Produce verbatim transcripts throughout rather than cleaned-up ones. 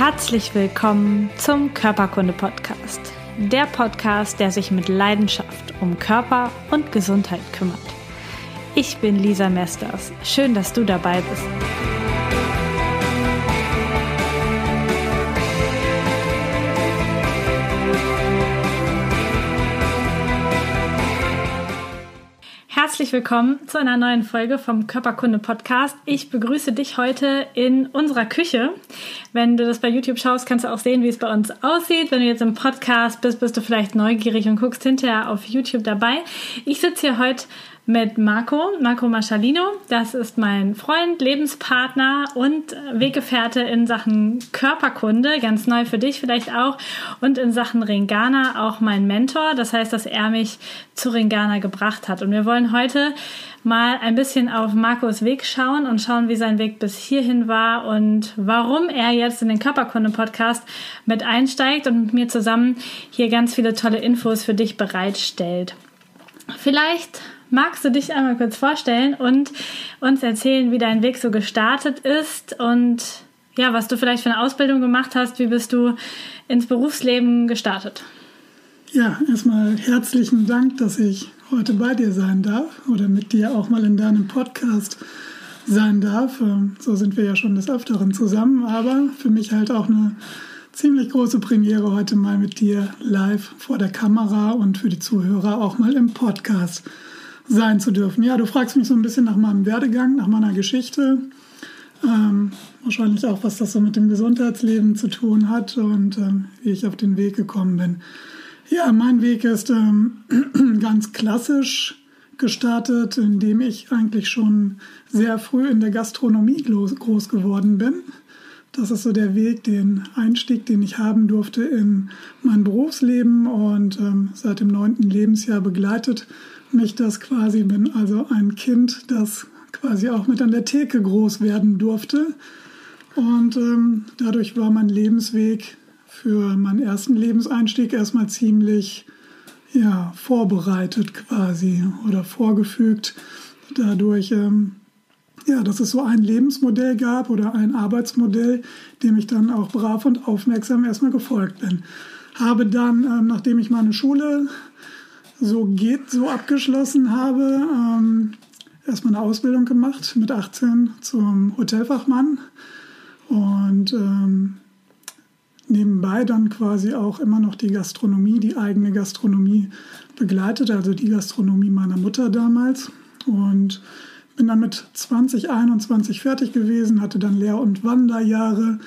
Herzlich willkommen zum Körperkunde-Podcast. Der Podcast, der sich mit Leidenschaft um Körper und Gesundheit kümmert. Ich bin Lisa Mesters. Schön, dass du dabei bist. Herzlich willkommen zu einer neuen Folge vom Körperkunde-Podcast. Ich begrüße dich heute in unserer Küche. Wenn du das bei YouTube schaust, kannst du auch sehen, wie es bei uns aussieht. Wenn du jetzt im Podcast bist, bist du vielleicht neugierig und guckst hinterher auf YouTube dabei. Ich sitze hier heute mit Marco, Marco Maschalino. Das ist mein Freund, Lebenspartner und Weggefährte in Sachen Körperkunde, ganz neu für dich vielleicht auch, und in Sachen Ringana auch mein Mentor. Das heißt, dass er mich zu Ringana gebracht hat. Und wir wollen heute mal ein bisschen auf Marcos Weg schauen und schauen, wie sein Weg bis hierhin war und warum er jetzt in den Körperkunde-Podcast mit einsteigt und mit mir zusammen hier ganz viele tolle Infos für dich bereitstellt. Vielleicht magst du dich einmal kurz vorstellen und uns erzählen, wie dein Weg so gestartet ist und ja, was du vielleicht für eine Ausbildung gemacht hast, wie bist du ins Berufsleben gestartet? Ja, erstmal herzlichen Dank, dass ich heute bei dir sein darf oder mit dir auch mal in deinem Podcast sein darf. So sind wir ja schon des Öfteren zusammen, aber für mich halt auch eine ziemlich große Premiere, heute mal mit dir live vor der Kamera und für die Zuhörer auch mal im Podcast sein zu dürfen. Ja, du fragst mich so ein bisschen nach meinem Werdegang, nach meiner Geschichte. Ähm, wahrscheinlich auch, was das so mit dem Gesundheitsleben zu tun hat und ähm, wie ich auf den Weg gekommen bin. Ja, mein Weg ist ähm, ganz klassisch gestartet, indem ich eigentlich schon sehr früh in der Gastronomie groß geworden bin. Das ist so der Weg, den Einstieg, den ich haben durfte in mein Berufsleben und ähm, seit dem neunten Lebensjahr begleitet mich das quasi. Bin also ein Kind, das quasi auch mit an der Theke groß werden durfte. Und ähm, dadurch war mein Lebensweg für meinen ersten Lebenseinstieg erstmal ziemlich ja, vorbereitet quasi oder vorgefügt. Dadurch, ähm, ja, dass es so ein Lebensmodell gab oder ein Arbeitsmodell, dem ich dann auch brav und aufmerksam erstmal gefolgt bin. Habe dann, ähm, nachdem ich meine Schule so geht, so abgeschlossen habe, ähm, erstmal eine Ausbildung gemacht mit achtzehn zum Hotelfachmann und ähm, nebenbei dann quasi auch immer noch die Gastronomie, die eigene Gastronomie begleitet, also die Gastronomie meiner Mutter damals, und bin dann mit zwanzig einundzwanzig fertig gewesen, hatte dann Lehr- und Wanderjahre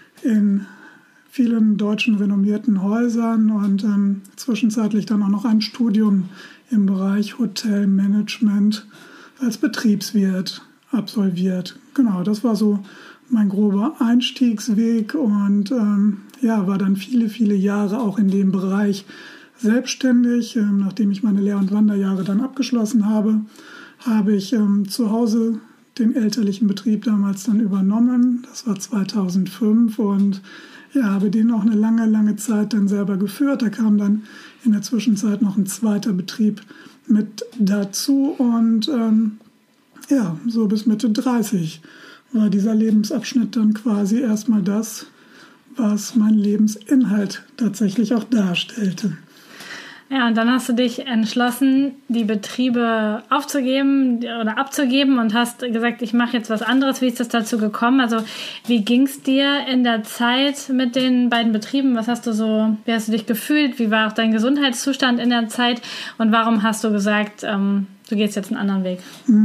in vielen deutschen renommierten Häusern und ähm, zwischenzeitlich dann auch noch ein Studium im Bereich Hotelmanagement als Betriebswirt absolviert. Genau, das war so mein grober Einstiegsweg und ähm, ja, war dann viele, viele Jahre auch in dem Bereich selbstständig. Ähm, nachdem ich meine Lehr- und Wanderjahre dann abgeschlossen habe, habe ich ähm, zu Hause den elterlichen Betrieb damals dann übernommen. Das war zweitausendfünf und ja, habe den auch eine lange, lange Zeit dann selber geführt. Da kam dann in der Zwischenzeit noch ein zweiter Betrieb mit dazu und ähm, ja, so bis Mitte dreißig war dieser Lebensabschnitt dann quasi erstmal das, was mein Lebensinhalt tatsächlich auch darstellte. Ja, und dann hast du dich entschlossen, die Betriebe aufzugeben oder abzugeben und hast gesagt, ich mache jetzt was anderes. Wie ist das dazu gekommen? Also wie ging es dir in der Zeit mit den beiden Betrieben? Was hast du so, wie hast du dich gefühlt? Wie war auch dein Gesundheitszustand in der Zeit? Und warum hast du gesagt, ähm, du gehst jetzt einen anderen Weg?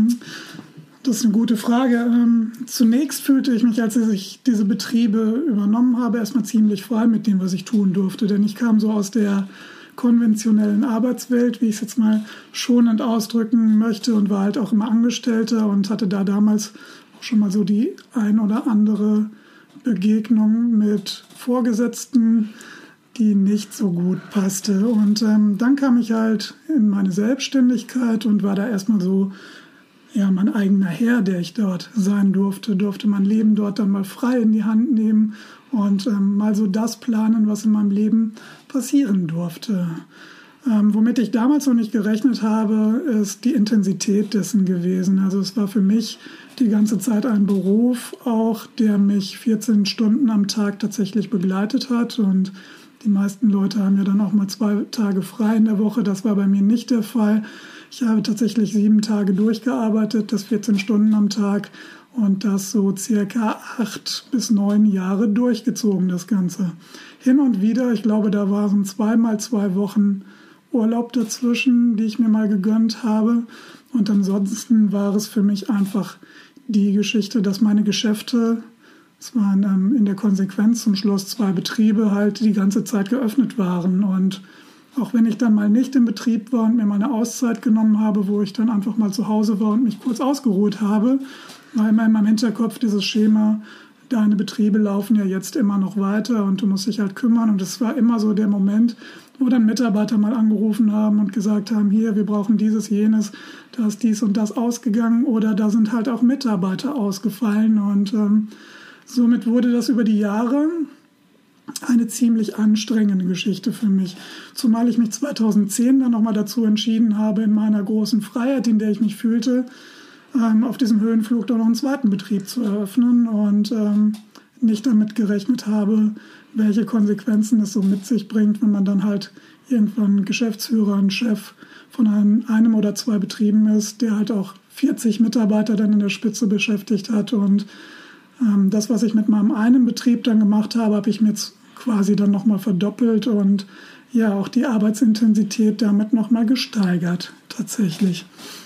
Das ist eine gute Frage. Zunächst fühlte ich mich, als ich diese Betriebe übernommen habe, erstmal ziemlich frei mit dem, was ich tun durfte. Denn ich kam so aus der konventionellen Arbeitswelt, wie ich es jetzt mal schonend ausdrücken möchte, und war halt auch immer Angestellter und hatte da damals auch schon mal so die ein oder andere Begegnung mit Vorgesetzten, die nicht so gut passte. Und ähm, dann kam ich halt in meine Selbstständigkeit und war da erstmal so, ja, mein eigener Herr, der ich dort sein durfte, durfte mein Leben dort dann mal frei in die Hand nehmen und ähm, mal so das planen, was in meinem Leben passieren durfte. Ähm, womit ich damals noch nicht gerechnet habe, ist die Intensität dessen gewesen. Also es war für mich die ganze Zeit ein Beruf auch, der mich vierzehn Stunden am Tag tatsächlich begleitet hat. Und die meisten Leute haben ja dann auch mal zwei Tage frei in der Woche. Das war bei mir nicht der Fall. Ich habe tatsächlich sieben Tage durchgearbeitet, das vierzehn Stunden am Tag. Und das so circa acht bis neun Jahre durchgezogen, das Ganze. Hin und wieder, ich glaube, da waren zweimal zwei Wochen Urlaub dazwischen, die ich mir mal gegönnt habe. Und ansonsten war es für mich einfach die Geschichte, dass meine Geschäfte, es waren ähm, in der Konsequenz zum Schluss zwei Betriebe, halt die ganze Zeit geöffnet waren. Und auch wenn ich dann mal nicht im Betrieb war und mir mal eine Auszeit genommen habe, wo ich dann einfach mal zu Hause war und mich kurz ausgeruht habe, war immer in meinem Hinterkopf dieses Schema, deine Betriebe laufen ja jetzt immer noch weiter und du musst dich halt kümmern. Und es war immer so der Moment, wo dann Mitarbeiter mal angerufen haben und gesagt haben, hier, wir brauchen dieses, jenes, da ist dies und das ausgegangen oder da sind halt auch Mitarbeiter ausgefallen. Und ähm, somit wurde das über die Jahre eine ziemlich anstrengende Geschichte für mich. Zumal ich mich zweitausendzehn dann nochmal dazu entschieden habe, in meiner großen Freiheit, in der ich mich fühlte, ähm, auf diesem Höhenflug doch noch einen zweiten Betrieb zu eröffnen und ähm, nicht damit gerechnet habe, welche Konsequenzen es so mit sich bringt, wenn man dann halt irgendwann Geschäftsführer, ein Chef von einem, einem oder zwei Betrieben ist, der halt auch vierzig Mitarbeiter dann in der Spitze beschäftigt hat. Und ähm, das, was ich mit meinem einen Betrieb dann gemacht habe, habe ich mir jetzt quasi dann nochmal verdoppelt und ja, auch die Arbeitsintensität damit nochmal gesteigert, tatsächlich.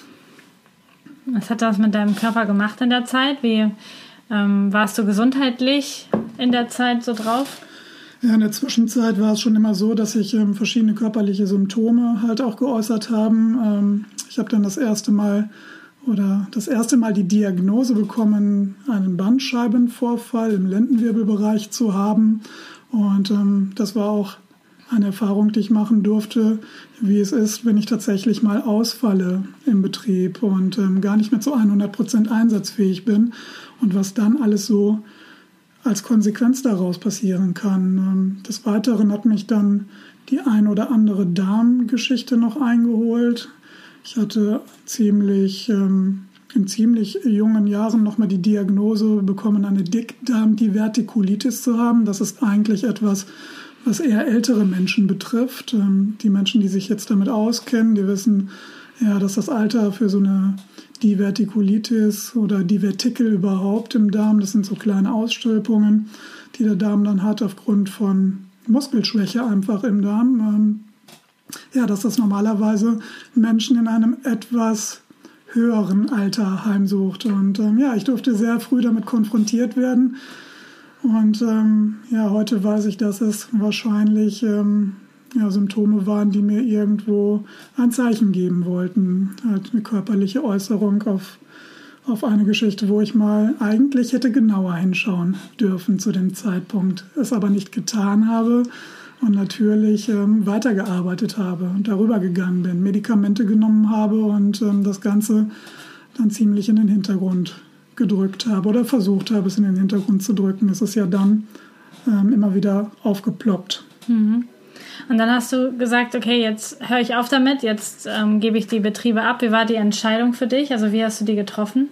Was hat das mit deinem Körper gemacht in der Zeit? Wie ähm, warst du gesundheitlich in der Zeit so drauf? Ja, in der Zwischenzeit war es schon immer so, dass sich ähm, verschiedene körperliche Symptome halt auch geäußert haben. Ähm, ich habe dann das erste Mal oder das erste Mal die Diagnose bekommen, einen Bandscheibenvorfall im Lendenwirbelbereich zu haben. Und ähm, das war auch eine Erfahrung, die ich machen durfte, wie es ist, wenn ich tatsächlich mal ausfalle im Betrieb und ähm, gar nicht mehr zu hundert Prozent einsatzfähig bin und was dann alles so als Konsequenz daraus passieren kann. Des Weiteren hat mich dann die ein oder andere Darmgeschichte noch eingeholt. Ich hatte ziemlich, ähm, in ziemlich jungen Jahren nochmal die Diagnose bekommen, eine Dickdarmdivertikulitis zu haben. Das ist eigentlich etwas, was eher ältere Menschen betrifft. Ähm, die Menschen, die sich jetzt damit auskennen, die wissen, ja, dass das Alter für so eine Divertikulitis oder Divertikel überhaupt im Darm, das sind so kleine Ausstülpungen, die der Darm dann hat aufgrund von Muskelschwäche einfach im Darm. Ja, dass das normalerweise Menschen in einem etwas höheren Alter heimsucht. Und ähm, ja, ich durfte sehr früh damit konfrontiert werden. Und ähm, ja, heute weiß ich, dass es wahrscheinlich ähm, ja, Symptome waren, die mir irgendwo ein Zeichen geben wollten. Halt eine körperliche Äußerung auf, auf eine Geschichte, wo ich mal eigentlich hätte genauer hinschauen dürfen zu dem Zeitpunkt, es aber nicht getan habe und natürlich ähm, weitergearbeitet habe und darüber gegangen bin, Medikamente genommen habe und ähm, das Ganze dann ziemlich in den Hintergrund gedrückt habe oder versucht habe, es in den Hintergrund zu drücken. Es ist ja dann ähm, immer wieder aufgeploppt. Mhm. Und dann hast du gesagt, okay, jetzt höre ich auf damit, jetzt ähm, gebe ich die Betriebe ab. Wie war die Entscheidung für dich? Also wie hast du die getroffen?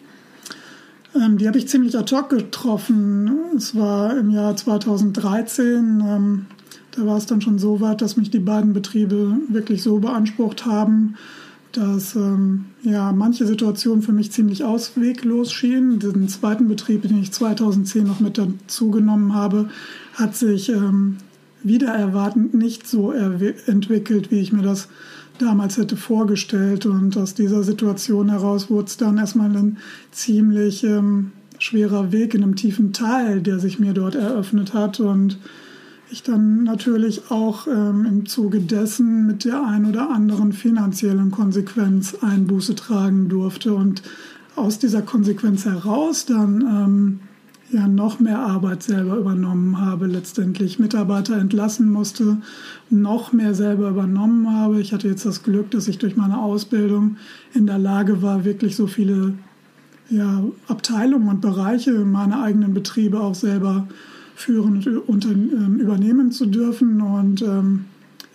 Ähm, die habe ich ziemlich ad hoc getroffen. Es war im Jahr zweitausenddreizehn. Ähm, da war es dann schon so weit, dass mich die beiden Betriebe wirklich so beansprucht haben, dass ähm, ja, manche Situationen für mich ziemlich ausweglos schienen. Den zweiten Betrieb, den ich zweitausendzehn noch mit dazu genommen habe, hat sich ähm, wieder erwartend nicht so entwickelt, wie ich mir das damals hätte vorgestellt. Und aus dieser Situation heraus wurde es dann erstmal ein ziemlich ähm, schwerer Weg in einem tiefen Tal, der sich mir dort eröffnet hat. Und ich dann natürlich auch ähm, im Zuge dessen mit der ein oder anderen finanziellen Konsequenz Einbuße tragen durfte. Und aus dieser Konsequenz heraus dann ähm, ja noch mehr Arbeit selber übernommen habe, letztendlich Mitarbeiter entlassen musste, noch mehr selber übernommen habe. Ich hatte jetzt das Glück, dass ich durch meine Ausbildung in der Lage war, wirklich so viele ja, Abteilungen und Bereiche meiner eigenen Betriebe auch selber führen und unter, ähm, übernehmen zu dürfen. Und ähm,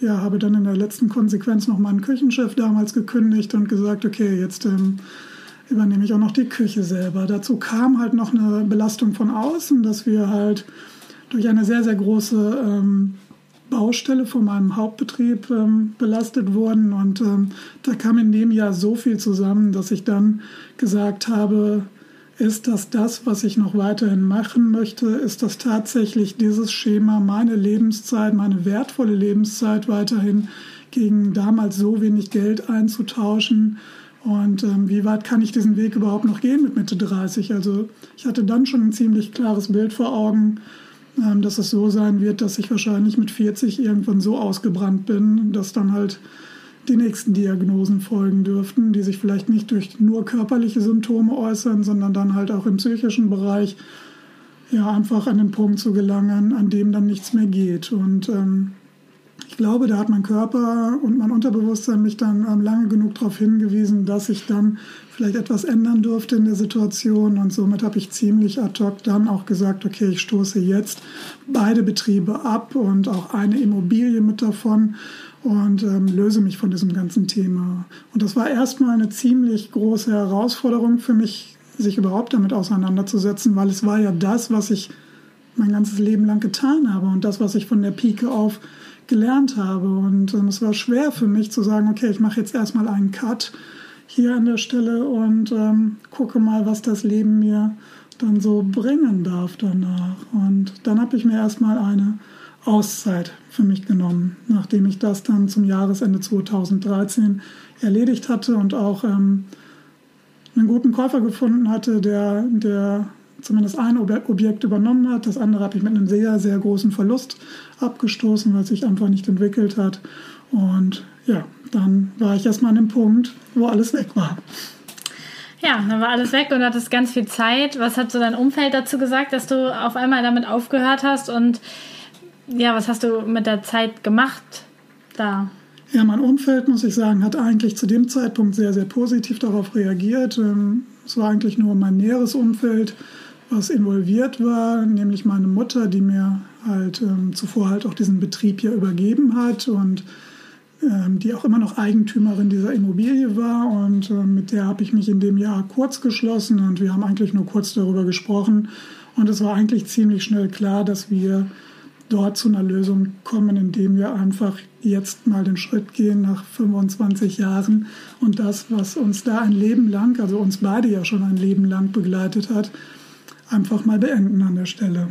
ja, habe dann in der letzten Konsequenz noch meinen Küchenchef damals gekündigt und gesagt, okay, jetzt ähm, übernehme ich auch noch die Küche selber. Dazu kam halt noch eine Belastung von außen, dass wir halt durch eine sehr, sehr große ähm, Baustelle von meinem Hauptbetrieb ähm, belastet wurden. Und ähm, da kam in dem Jahr so viel zusammen, dass ich dann gesagt habe, ist das das, was ich noch weiterhin machen möchte? Ist das tatsächlich dieses Schema, meine Lebenszeit, meine wertvolle Lebenszeit weiterhin gegen damals so wenig Geld einzutauschen? Und ähm, wie weit kann ich diesen Weg überhaupt noch gehen mit Mitte dreißig? Also ich hatte dann schon ein ziemlich klares Bild vor Augen, ähm, dass es so sein wird, dass ich wahrscheinlich mit vierzig irgendwann so ausgebrannt bin, dass dann halt die nächsten Diagnosen folgen dürften, die sich vielleicht nicht durch nur körperliche Symptome äußern, sondern dann halt auch im psychischen Bereich ja einfach an den Punkt zu gelangen, an dem dann nichts mehr geht. Und ähm, ich glaube, da hat mein Körper und mein Unterbewusstsein mich dann ähm, lange genug darauf hingewiesen, dass ich dann vielleicht etwas ändern durfte in der Situation. Und somit habe ich ziemlich ad hoc dann auch gesagt, okay, ich stoße jetzt beide Betriebe ab und auch eine Immobilie mit davon und ähm, löse mich von diesem ganzen Thema. Und das war erstmal eine ziemlich große Herausforderung für mich, sich überhaupt damit auseinanderzusetzen, weil es war ja das, was ich mein ganzes Leben lang getan habe und das, was ich von der Pike auf gelernt habe. Und ähm, es war schwer für mich zu sagen, okay, ich mache jetzt erstmal einen Cut hier an der Stelle und ähm, gucke mal, was das Leben mir dann so bringen darf danach. Und dann habe ich mir erstmal eine Auszeit für mich genommen, nachdem ich das dann zum Jahresende zweitausenddreizehn erledigt hatte und auch ähm, einen guten Käufer gefunden hatte, der, der zumindest ein Objekt übernommen hat. Das andere habe ich mit einem sehr, sehr großen Verlust abgestoßen, weil es sich einfach nicht entwickelt hat. Und ja, dann war ich erstmal an dem Punkt, wo alles weg war. Ja, dann war alles weg und du hattest ganz viel Zeit. Was hat so dein Umfeld dazu gesagt, dass du auf einmal damit aufgehört hast? Und ja, was hast du mit der Zeit gemacht da? Ja, mein Umfeld, muss ich sagen, hat eigentlich zu dem Zeitpunkt sehr, sehr positiv darauf reagiert. Es war eigentlich nur mein näheres Umfeld, was involviert war, nämlich meine Mutter, die mir halt ähm, zuvor halt auch diesen Betrieb hier übergeben hat und ähm, die auch immer noch Eigentümerin dieser Immobilie war. Und ähm, mit der habe ich mich in dem Jahr kurz geschlossen und wir haben eigentlich nur kurz darüber gesprochen. Und es war eigentlich ziemlich schnell klar, dass wir dort zu einer Lösung kommen, indem wir einfach jetzt mal den Schritt gehen nach fünfundzwanzig Jahren und das, was uns da ein Leben lang, also uns beide ja schon ein Leben lang begleitet hat, einfach mal beenden an der Stelle.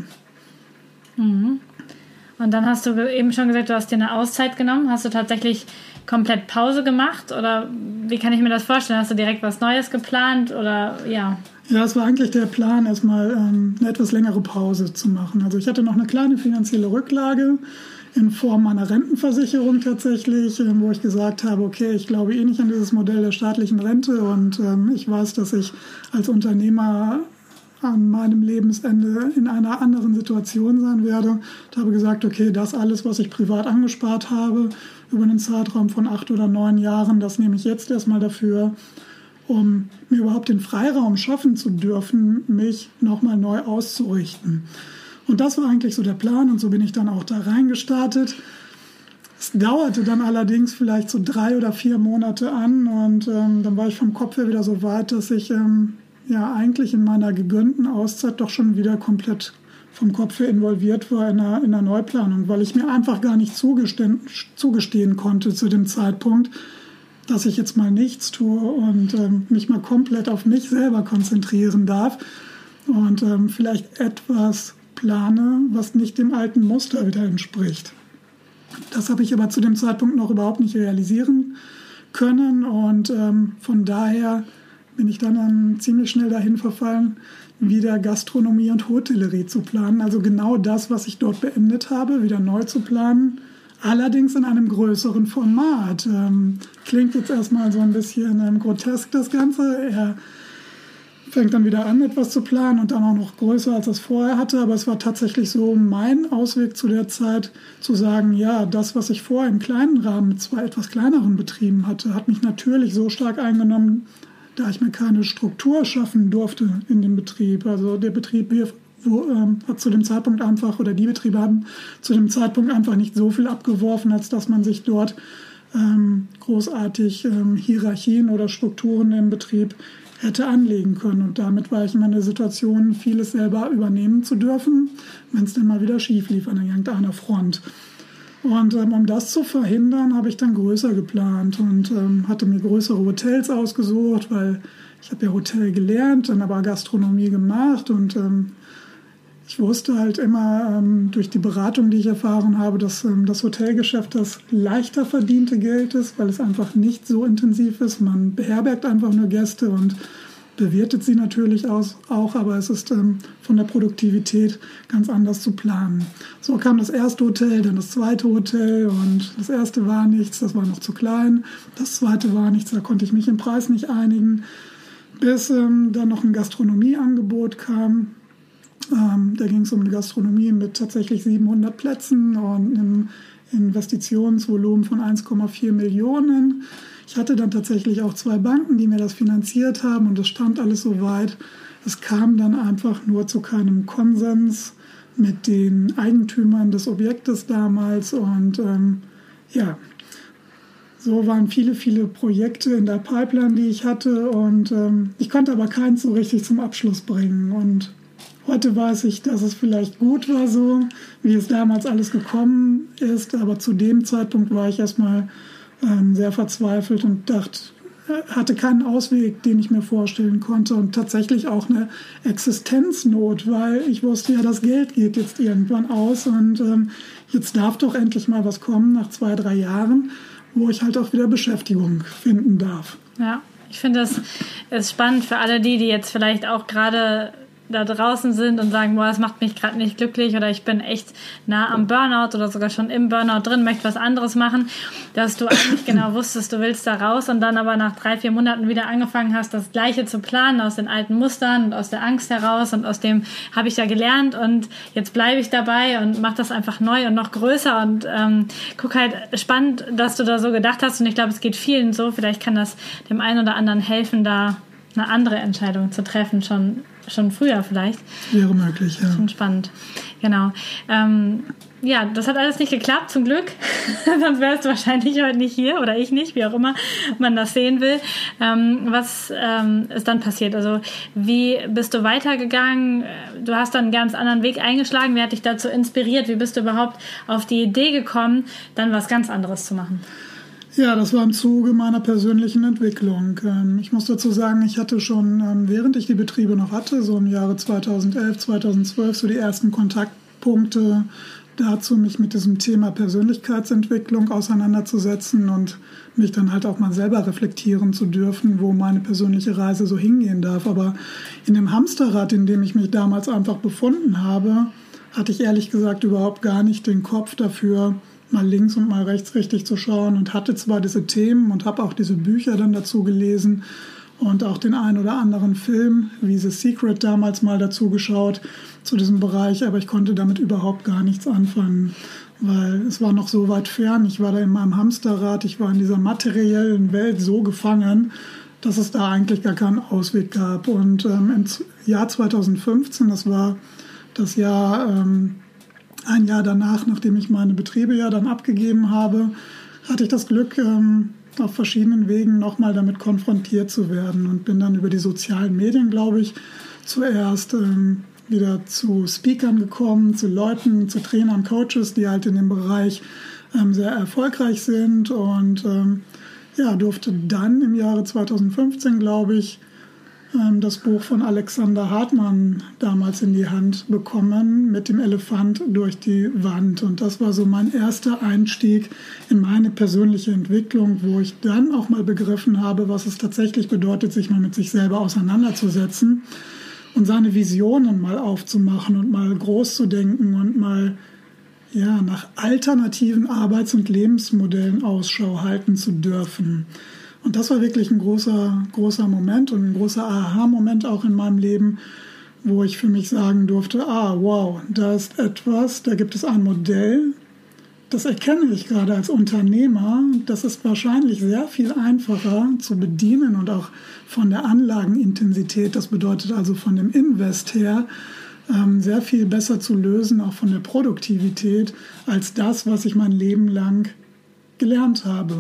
Mhm. Und dann hast du eben schon gesagt, du hast dir eine Auszeit genommen. Hast du tatsächlich komplett Pause gemacht oder wie kann ich mir das vorstellen? Hast du direkt was Neues geplant oder ja? Ja, es war eigentlich der Plan, erstmal ähm, eine etwas längere Pause zu machen. Also ich hatte noch eine kleine finanzielle Rücklage in Form meiner Rentenversicherung tatsächlich, ähm, wo ich gesagt habe, okay, ich glaube eh nicht an dieses Modell der staatlichen Rente und ähm, ich weiß, dass ich als Unternehmer an meinem Lebensende in einer anderen Situation sein werde. Ich habe gesagt, okay, das alles, was ich privat angespart habe, über einen Zeitraum von acht oder neun Jahren, das nehme ich jetzt erstmal dafür, um mir überhaupt den Freiraum schaffen zu dürfen, mich nochmal neu auszurichten. Und das war eigentlich so der Plan und so bin ich dann auch da reingestartet. Es dauerte dann allerdings vielleicht so drei oder vier Monate an und ähm, dann war ich vom Kopf her wieder so weit, dass ich ähm, ja eigentlich in meiner gegönnten Auszeit doch schon wieder komplett vom Kopf her involviert war in einer, in einer Neuplanung, weil ich mir einfach gar nicht zugestehen, zugestehen konnte zu dem Zeitpunkt, dass ich jetzt mal nichts tue und ähm, mich mal komplett auf mich selber konzentrieren darf und ähm, vielleicht etwas plane, was nicht dem alten Muster wieder entspricht. Das habe ich aber zu dem Zeitpunkt noch überhaupt nicht realisieren können und ähm, von daher bin ich dann, dann ziemlich schnell dahin verfallen, wieder Gastronomie und Hotellerie zu planen. Also genau das, was ich dort beendet habe, wieder neu zu planen. Allerdings in einem größeren Format. Ähm, klingt jetzt erstmal so ein bisschen ähm, grotesk das Ganze. Er fängt dann wieder an, etwas zu planen und dann auch noch größer, als er es vorher hatte. Aber es war tatsächlich so mein Ausweg zu der Zeit, zu sagen, ja, das, was ich vorher im kleinen Rahmen mit zwei etwas kleineren Betrieben hatte, hat mich natürlich so stark eingenommen, da ich mir keine Struktur schaffen durfte in dem Betrieb. Also der Betrieb wo, ähm, hat zu dem Zeitpunkt einfach, oder die Betriebe haben zu dem Zeitpunkt einfach nicht so viel abgeworfen, als dass man sich dort ähm, großartig ähm, Hierarchien oder Strukturen im Betrieb hätte anlegen können. Und damit war ich in einer Situation, vieles selber übernehmen zu dürfen, wenn es dann mal wieder schief lief an irgendeiner Front. Und ähm, um das zu verhindern, habe ich dann größer geplant und ähm, hatte mir größere Hotels ausgesucht, weil ich habe ja Hotel gelernt, dann aber Gastronomie gemacht und ähm, ich wusste halt immer ähm, durch die Beratung, die ich erfahren habe, dass ähm, das Hotelgeschäft das leichter verdiente Geld ist, weil es einfach nicht so intensiv ist. Man beherbergt einfach nur Gäste und bewirtet sie natürlich aus, auch, aber es ist ähm, von der Produktivität ganz anders zu planen. So kam das erste Hotel, dann das zweite Hotel und das erste war nichts, das war noch zu klein. Das zweite war nichts, da konnte ich mich im Preis nicht einigen, bis ähm, dann noch ein Gastronomieangebot kam. Ähm, da ging es um eine Gastronomie mit tatsächlich siebenhundert Plätzen und einem Investitionsvolumen von eins Komma vier Millionen. Ich hatte dann tatsächlich auch zwei Banken, die mir das finanziert haben und das stand alles so weit. Es kam dann einfach nur zu keinem Konsens mit den Eigentümern des Objektes damals und ähm, ja, so waren viele, viele Projekte in der Pipeline, die ich hatte und ähm, ich konnte aber keins so richtig zum Abschluss bringen und heute weiß ich, dass es vielleicht gut war so, wie es damals alles gekommen ist, aber zu dem Zeitpunkt war ich erstmal ähm, sehr verzweifelt und dachte, hatte keinen Ausweg, den ich mir vorstellen konnte und tatsächlich auch eine Existenznot, weil ich wusste ja, das Geld geht jetzt irgendwann aus und ähm, jetzt darf doch endlich mal was kommen nach zwei, drei Jahren, wo ich halt auch wieder Beschäftigung finden darf. Ja, ich finde das ist spannend für alle die, die jetzt vielleicht auch gerade da draußen sind und sagen, boah, das macht mich gerade nicht glücklich oder ich bin echt nah am Burnout oder sogar schon im Burnout drin, möchte was anderes machen, dass du eigentlich genau wusstest, du willst da raus und dann aber nach drei, vier Monaten wieder angefangen hast, das Gleiche zu planen aus den alten Mustern und aus der Angst heraus und aus dem habe ich ja gelernt und jetzt bleibe ich dabei und mache das einfach neu und noch größer und ähm, guck halt, spannend, dass du da so gedacht hast und ich glaube, es geht vielen so, vielleicht kann das dem einen oder anderen helfen, da eine andere Entscheidung zu treffen, schon Schon früher vielleicht. Wäre möglich, ja. Schon spannend. Genau. Ähm, ja, das hat alles nicht geklappt, zum Glück. Sonst wärst du wahrscheinlich heute nicht hier oder ich nicht, wie auch immer man das sehen will. Ähm, was ähm, ist dann passiert? Also wie bist du weitergegangen? Du hast dann einen ganz anderen Weg eingeschlagen. Wer hat dich dazu inspiriert? Wie bist du überhaupt auf die Idee gekommen, dann was ganz anderes zu machen? Ja, das war im Zuge meiner persönlichen Entwicklung. Ich muss dazu sagen, ich hatte schon, während ich die Betriebe noch hatte, so im Jahre zweitausendelf, zweitausendzwölf, so die ersten Kontaktpunkte dazu, mich mit diesem Thema Persönlichkeitsentwicklung auseinanderzusetzen und mich dann halt auch mal selber reflektieren zu dürfen, wo meine persönliche Reise so hingehen darf. Aber in dem Hamsterrad, in dem ich mich damals einfach befunden habe, hatte ich ehrlich gesagt überhaupt gar nicht den Kopf dafür, mal links und mal rechts richtig zu schauen und hatte zwar diese Themen und habe auch diese Bücher dann dazu gelesen und auch den einen oder anderen Film, wie The Secret damals mal dazu geschaut, zu diesem Bereich, aber ich konnte damit überhaupt gar nichts anfangen, weil es war noch so weit fern. Ich war da in meinem Hamsterrad, ich war in dieser materiellen Welt so gefangen, dass es da eigentlich gar keinen Ausweg gab. Und ähm, im Jahr zweitausendfünfzehn, das war das Jahr... Ähm, Ein Jahr danach, nachdem ich meine Betriebe ja dann abgegeben habe, hatte ich das Glück, ähm, auf verschiedenen Wegen nochmal damit konfrontiert zu werden und bin dann über die sozialen Medien, glaube ich, zuerst ähm, wieder zu Speakern gekommen, zu Leuten, zu Trainern, Coaches, die halt in dem Bereich ähm, sehr erfolgreich sind und ähm, ja, durfte dann im Jahre zweitausendfünfzehn, glaube ich, das Buch von Alexander Hartmann damals in die Hand bekommen, mit dem Elefant durch die Wand. Und das war so mein erster Einstieg in meine persönliche Entwicklung, wo ich dann auch mal begriffen habe, was es tatsächlich bedeutet, sich mal mit sich selber auseinanderzusetzen und seine Visionen mal aufzumachen und mal groß zu denken und mal ja, nach alternativen Arbeits- und Lebensmodellen Ausschau halten zu dürfen. Und das war wirklich ein großer, großer Moment und ein großer Aha-Moment auch in meinem Leben, wo ich für mich sagen durfte, ah, wow, da ist etwas, da gibt es ein Modell, das erkenne ich gerade als Unternehmer, das ist wahrscheinlich sehr viel einfacher zu bedienen und auch von der Anlagenintensität, das bedeutet also von dem Invest her, ähm, sehr viel besser zu lösen, auch von der Produktivität, als das, was ich mein Leben lang gelernt habe.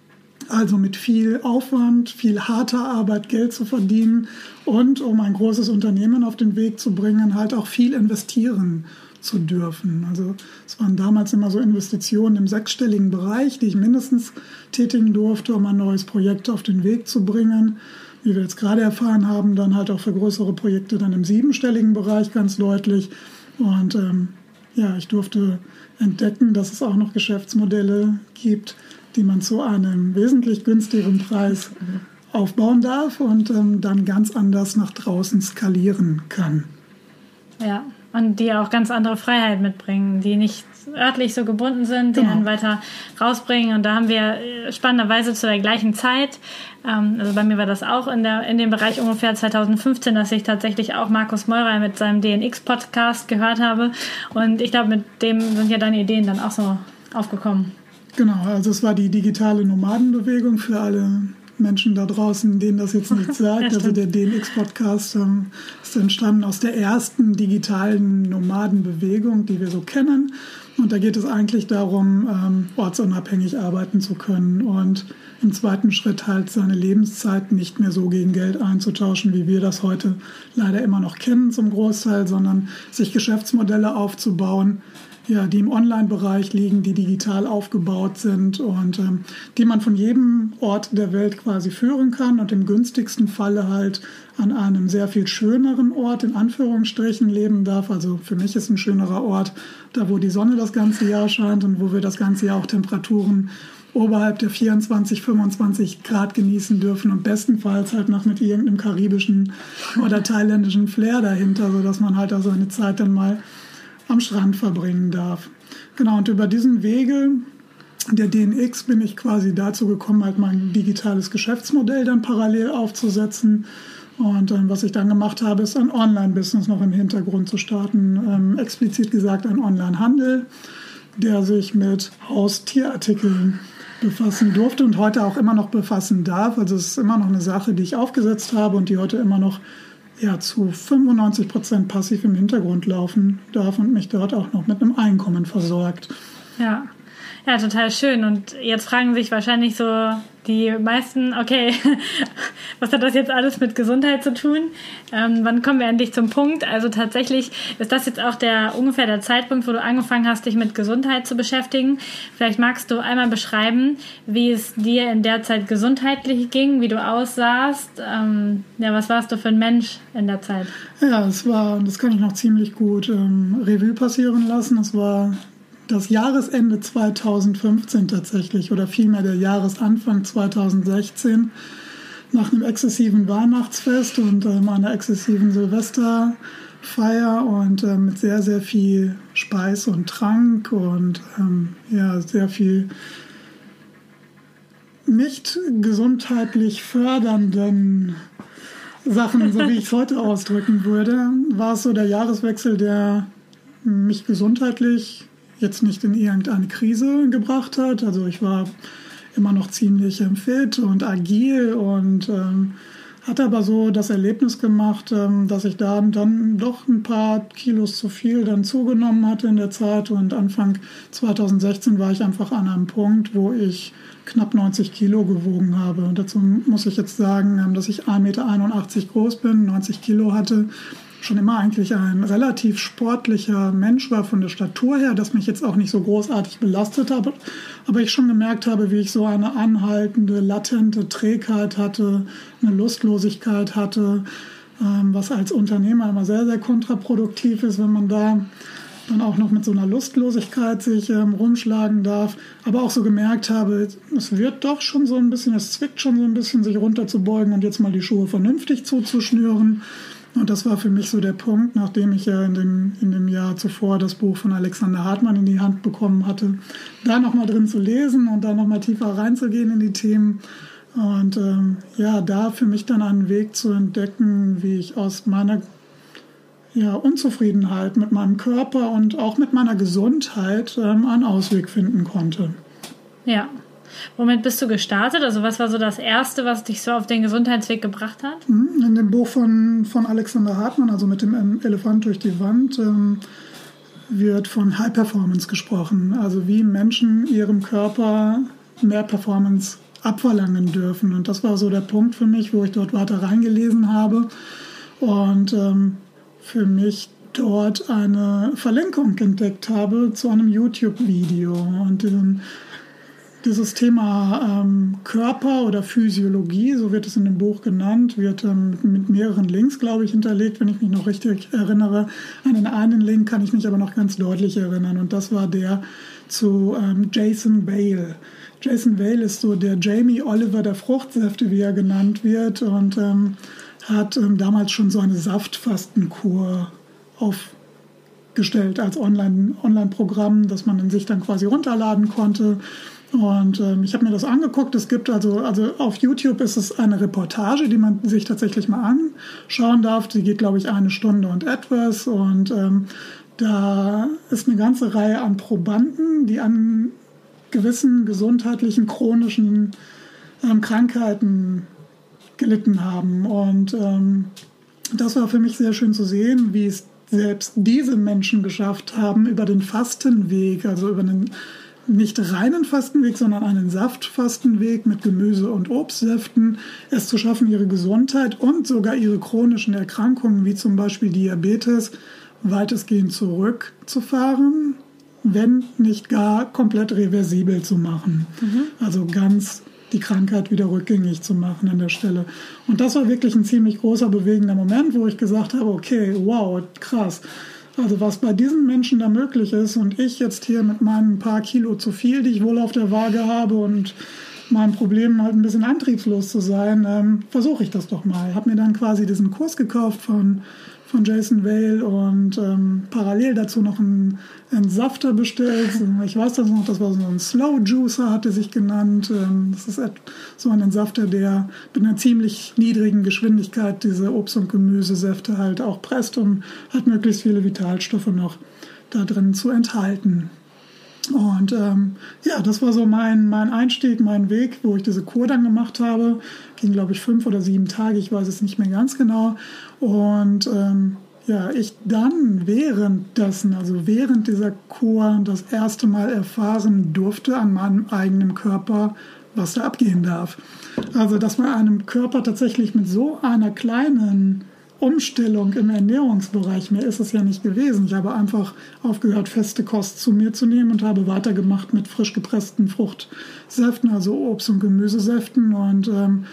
Also mit viel Aufwand, viel harter Arbeit Geld zu verdienen und um ein großes Unternehmen auf den Weg zu bringen, halt auch viel investieren zu dürfen. Also es waren damals immer so Investitionen im sechsstelligen Bereich, die ich mindestens tätigen durfte, um ein neues Projekt auf den Weg zu bringen. Wie wir jetzt gerade erfahren haben, dann halt auch für größere Projekte dann im siebenstelligen Bereich ganz deutlich. Und ähm, ja, ich durfte entdecken, dass es auch noch Geschäftsmodelle gibt, die man zu einem wesentlich günstigeren Preis aufbauen darf und ähm, dann ganz anders nach draußen skalieren kann. Ja, und die auch ganz andere Freiheit mitbringen, die nicht örtlich so gebunden sind, die Genau. einen weiter rausbringen. Und da haben wir spannenderweise zu der gleichen Zeit, ähm, also bei mir war das auch in, der, in dem Bereich ungefähr zwanzig fünfzehn, dass ich tatsächlich auch Markus Meurer mit seinem D N X-Podcast gehört habe. Und ich glaube, mit dem sind ja deine Ideen dann auch so aufgekommen. Genau, also es war die digitale Nomadenbewegung für alle Menschen da draußen, denen das jetzt nichts sagt. Also der D N X-Podcast ähm, ist entstanden aus der ersten digitalen Nomadenbewegung, die wir so kennen. Und da geht es eigentlich darum, ähm, ortsunabhängig arbeiten zu können und im zweiten Schritt halt seine Lebenszeit nicht mehr so gegen Geld einzutauschen, wie wir das heute leider immer noch kennen zum Großteil, sondern sich Geschäftsmodelle aufzubauen, ja, die im Online-Bereich liegen, die digital aufgebaut sind und ähm, die man von jedem Ort der Welt quasi führen kann und im günstigsten Falle halt an einem sehr viel schöneren Ort in Anführungsstrichen leben darf. Also für mich ist ein schönerer Ort da, wo die Sonne das ganze Jahr scheint und wo wir das ganze Jahr auch Temperaturen oberhalb der vierundzwanzig, fünfundzwanzig Grad genießen dürfen und bestenfalls halt noch mit irgendeinem karibischen oder thailändischen Flair dahinter, sodass man halt auch seine Zeit dann mal am Strand verbringen darf. Genau, und über diesen Wege der D N X bin ich quasi dazu gekommen, halt mein digitales Geschäftsmodell dann parallel aufzusetzen. Und ähm, was ich dann gemacht habe, ist ein Online-Business noch im Hintergrund zu starten. Ähm, explizit gesagt ein Online-Handel, der sich mit Haustierartikeln befassen durfte und heute auch immer noch befassen darf. Also es ist immer noch eine Sache, die ich aufgesetzt habe und die heute immer noch ja, zu fünfundneunzig Prozent passiv im Hintergrund laufen darf und mich dort auch noch mit einem Einkommen versorgt. Ja. Ja, total schön. Und jetzt fragen sich wahrscheinlich so die meisten, okay, was hat das jetzt alles mit Gesundheit zu tun? Ähm, wann kommen wir endlich zum Punkt? Also tatsächlich ist das jetzt auch der ungefähr der Zeitpunkt, wo du angefangen hast, dich mit Gesundheit zu beschäftigen. Vielleicht magst du einmal beschreiben, wie es dir in der Zeit gesundheitlich ging, wie du aussahst. Ähm, ja, was warst du für ein Mensch in der Zeit? Ja, es war, das kann ich noch ziemlich gut ähm, Revue passieren lassen. Es war das Jahresende zweitausendfünfzehn tatsächlich oder vielmehr der Jahresanfang zweitausendsechzehn nach einem exzessiven Weihnachtsfest und ähm, einer exzessiven Silvesterfeier und ähm, mit sehr, sehr viel Speis und Trank und ähm, ja, sehr viel nicht gesundheitlich fördernden Sachen, so wie ich es heute ausdrücken würde, war es so der Jahreswechsel, der mich gesundheitlich jetzt nicht in irgendeine Krise gebracht hat. Also ich war immer noch ziemlich ähm, fit und agil und ähm, hatte aber so das Erlebnis gemacht, ähm, dass ich da dann doch ein paar Kilos zu viel dann zugenommen hatte in der Zeit und Anfang zweitausendsechzehn war ich einfach an einem Punkt, wo ich knapp neunzig Kilo gewogen habe. Und dazu muss ich jetzt sagen, ähm, dass ich ein Meter einundachtzig groß bin, neunzig Kilo hatte, schon immer eigentlich ein relativ sportlicher Mensch war von der Statur her, das mich jetzt auch nicht so großartig belastet hat, aber ich schon gemerkt habe, wie ich so eine anhaltende, latente Trägheit hatte, eine Lustlosigkeit hatte, was als Unternehmer immer sehr, sehr kontraproduktiv ist, wenn man da dann auch noch mit so einer Lustlosigkeit sich ähm, rumschlagen darf, aber auch so gemerkt habe, es wird doch schon so ein bisschen, es zwickt schon so ein bisschen, sich runterzubeugen und jetzt mal die Schuhe vernünftig zuzuschnüren. Und das war für mich so der Punkt, nachdem ich ja in dem, in dem Jahr zuvor das Buch von Alexander Hartmann in die Hand bekommen hatte, da nochmal drin zu lesen und da nochmal tiefer reinzugehen in die Themen. Und ähm, ja, da für mich dann einen Weg zu entdecken, wie ich aus meiner ja, Unzufriedenheit mit meinem Körper und auch mit meiner Gesundheit ähm, einen Ausweg finden konnte. Ja. Womit bist du gestartet? Also was war so das Erste, was dich so auf den Gesundheitsweg gebracht hat? In dem Buch von, von Alexander Hartmann, also mit dem Elefant durch die Wand, ähm, wird von High Performance gesprochen. Also wie Menschen ihrem Körper mehr Performance abverlangen dürfen. Und das war so der Punkt für mich, wo ich dort weiter reingelesen habe und ähm, für mich dort eine Verlinkung entdeckt habe zu einem YouTube-Video. Und ähm, dieses Thema ähm, Körper oder Physiologie, so wird es in dem Buch genannt, wird ähm, mit mehreren Links, glaube ich, hinterlegt, wenn ich mich noch richtig erinnere. An den einen Link kann ich mich aber noch ganz deutlich erinnern und das war der zu ähm, Jason Vale. Jason Vale ist so der Jamie Oliver der Fruchtsäfte, wie er genannt wird, und ähm, hat ähm, damals schon so eine Saftfastenkur aufgestellt als Online, Online-Programm, das man in sich dann quasi runterladen konnte. Und ähm, ich habe mir das angeguckt. Es gibt also, also auf YouTube ist es eine Reportage, die man sich tatsächlich mal anschauen darf. Die geht, glaube ich, eine Stunde und etwas. Und ähm, da ist eine ganze Reihe an Probanden, die an gewissen gesundheitlichen, chronischen ähm, Krankheiten gelitten haben. Und ähm, das war für mich sehr schön zu sehen, wie es selbst diese Menschen geschafft haben, über den Fastenweg, also über einen nicht reinen Fastenweg, sondern einen Saftfastenweg mit Gemüse- und Obstsäften, es zu schaffen, ihre Gesundheit und sogar ihre chronischen Erkrankungen, wie zum Beispiel Diabetes, weitestgehend zurückzufahren, wenn nicht gar komplett reversibel zu machen. Mhm. Also ganz die Krankheit wieder rückgängig zu machen an der Stelle. Und das war wirklich ein ziemlich großer, bewegender Moment, wo ich gesagt habe, okay, wow, krass. Also was bei diesen Menschen da möglich ist und ich jetzt hier mit meinen paar Kilo zu viel, die ich wohl auf der Waage habe und meinem Problem halt ein bisschen antriebslos zu sein, ähm, versuche ich das doch mal. Ich habe mir dann quasi diesen Kurs gekauft von, von Jason Vale und ähm, parallel dazu noch einen, einen Safter bestellt. Ich weiß das noch, das war so ein Slow Juicer, hat er sich genannt. Ähm, das ist so ein Safter, der mit einer ziemlich niedrigen Geschwindigkeit diese Obst- und Gemüsesäfte halt auch presst, um halt möglichst viele Vitalstoffe noch da drin zu enthalten. Und ähm, ja, das war so mein, mein Einstieg, mein Weg, wo ich diese Kur dann gemacht habe. Ging, glaube ich, fünf oder sieben Tage, ich weiß es nicht mehr ganz genau. Und ähm, ja, ich dann währenddessen, also während dieser Kur, das erste Mal erfahren durfte an meinem eigenen Körper, was da abgehen darf. Also, dass man einem Körper tatsächlich mit so einer kleinen Umstellung im Ernährungsbereich, mehr ist es ja nicht gewesen. Ich habe einfach aufgehört, feste Kost zu mir zu nehmen und habe weitergemacht mit frisch gepressten Fruchtsäften, also Obst- und Gemüsesäften. Und ähm,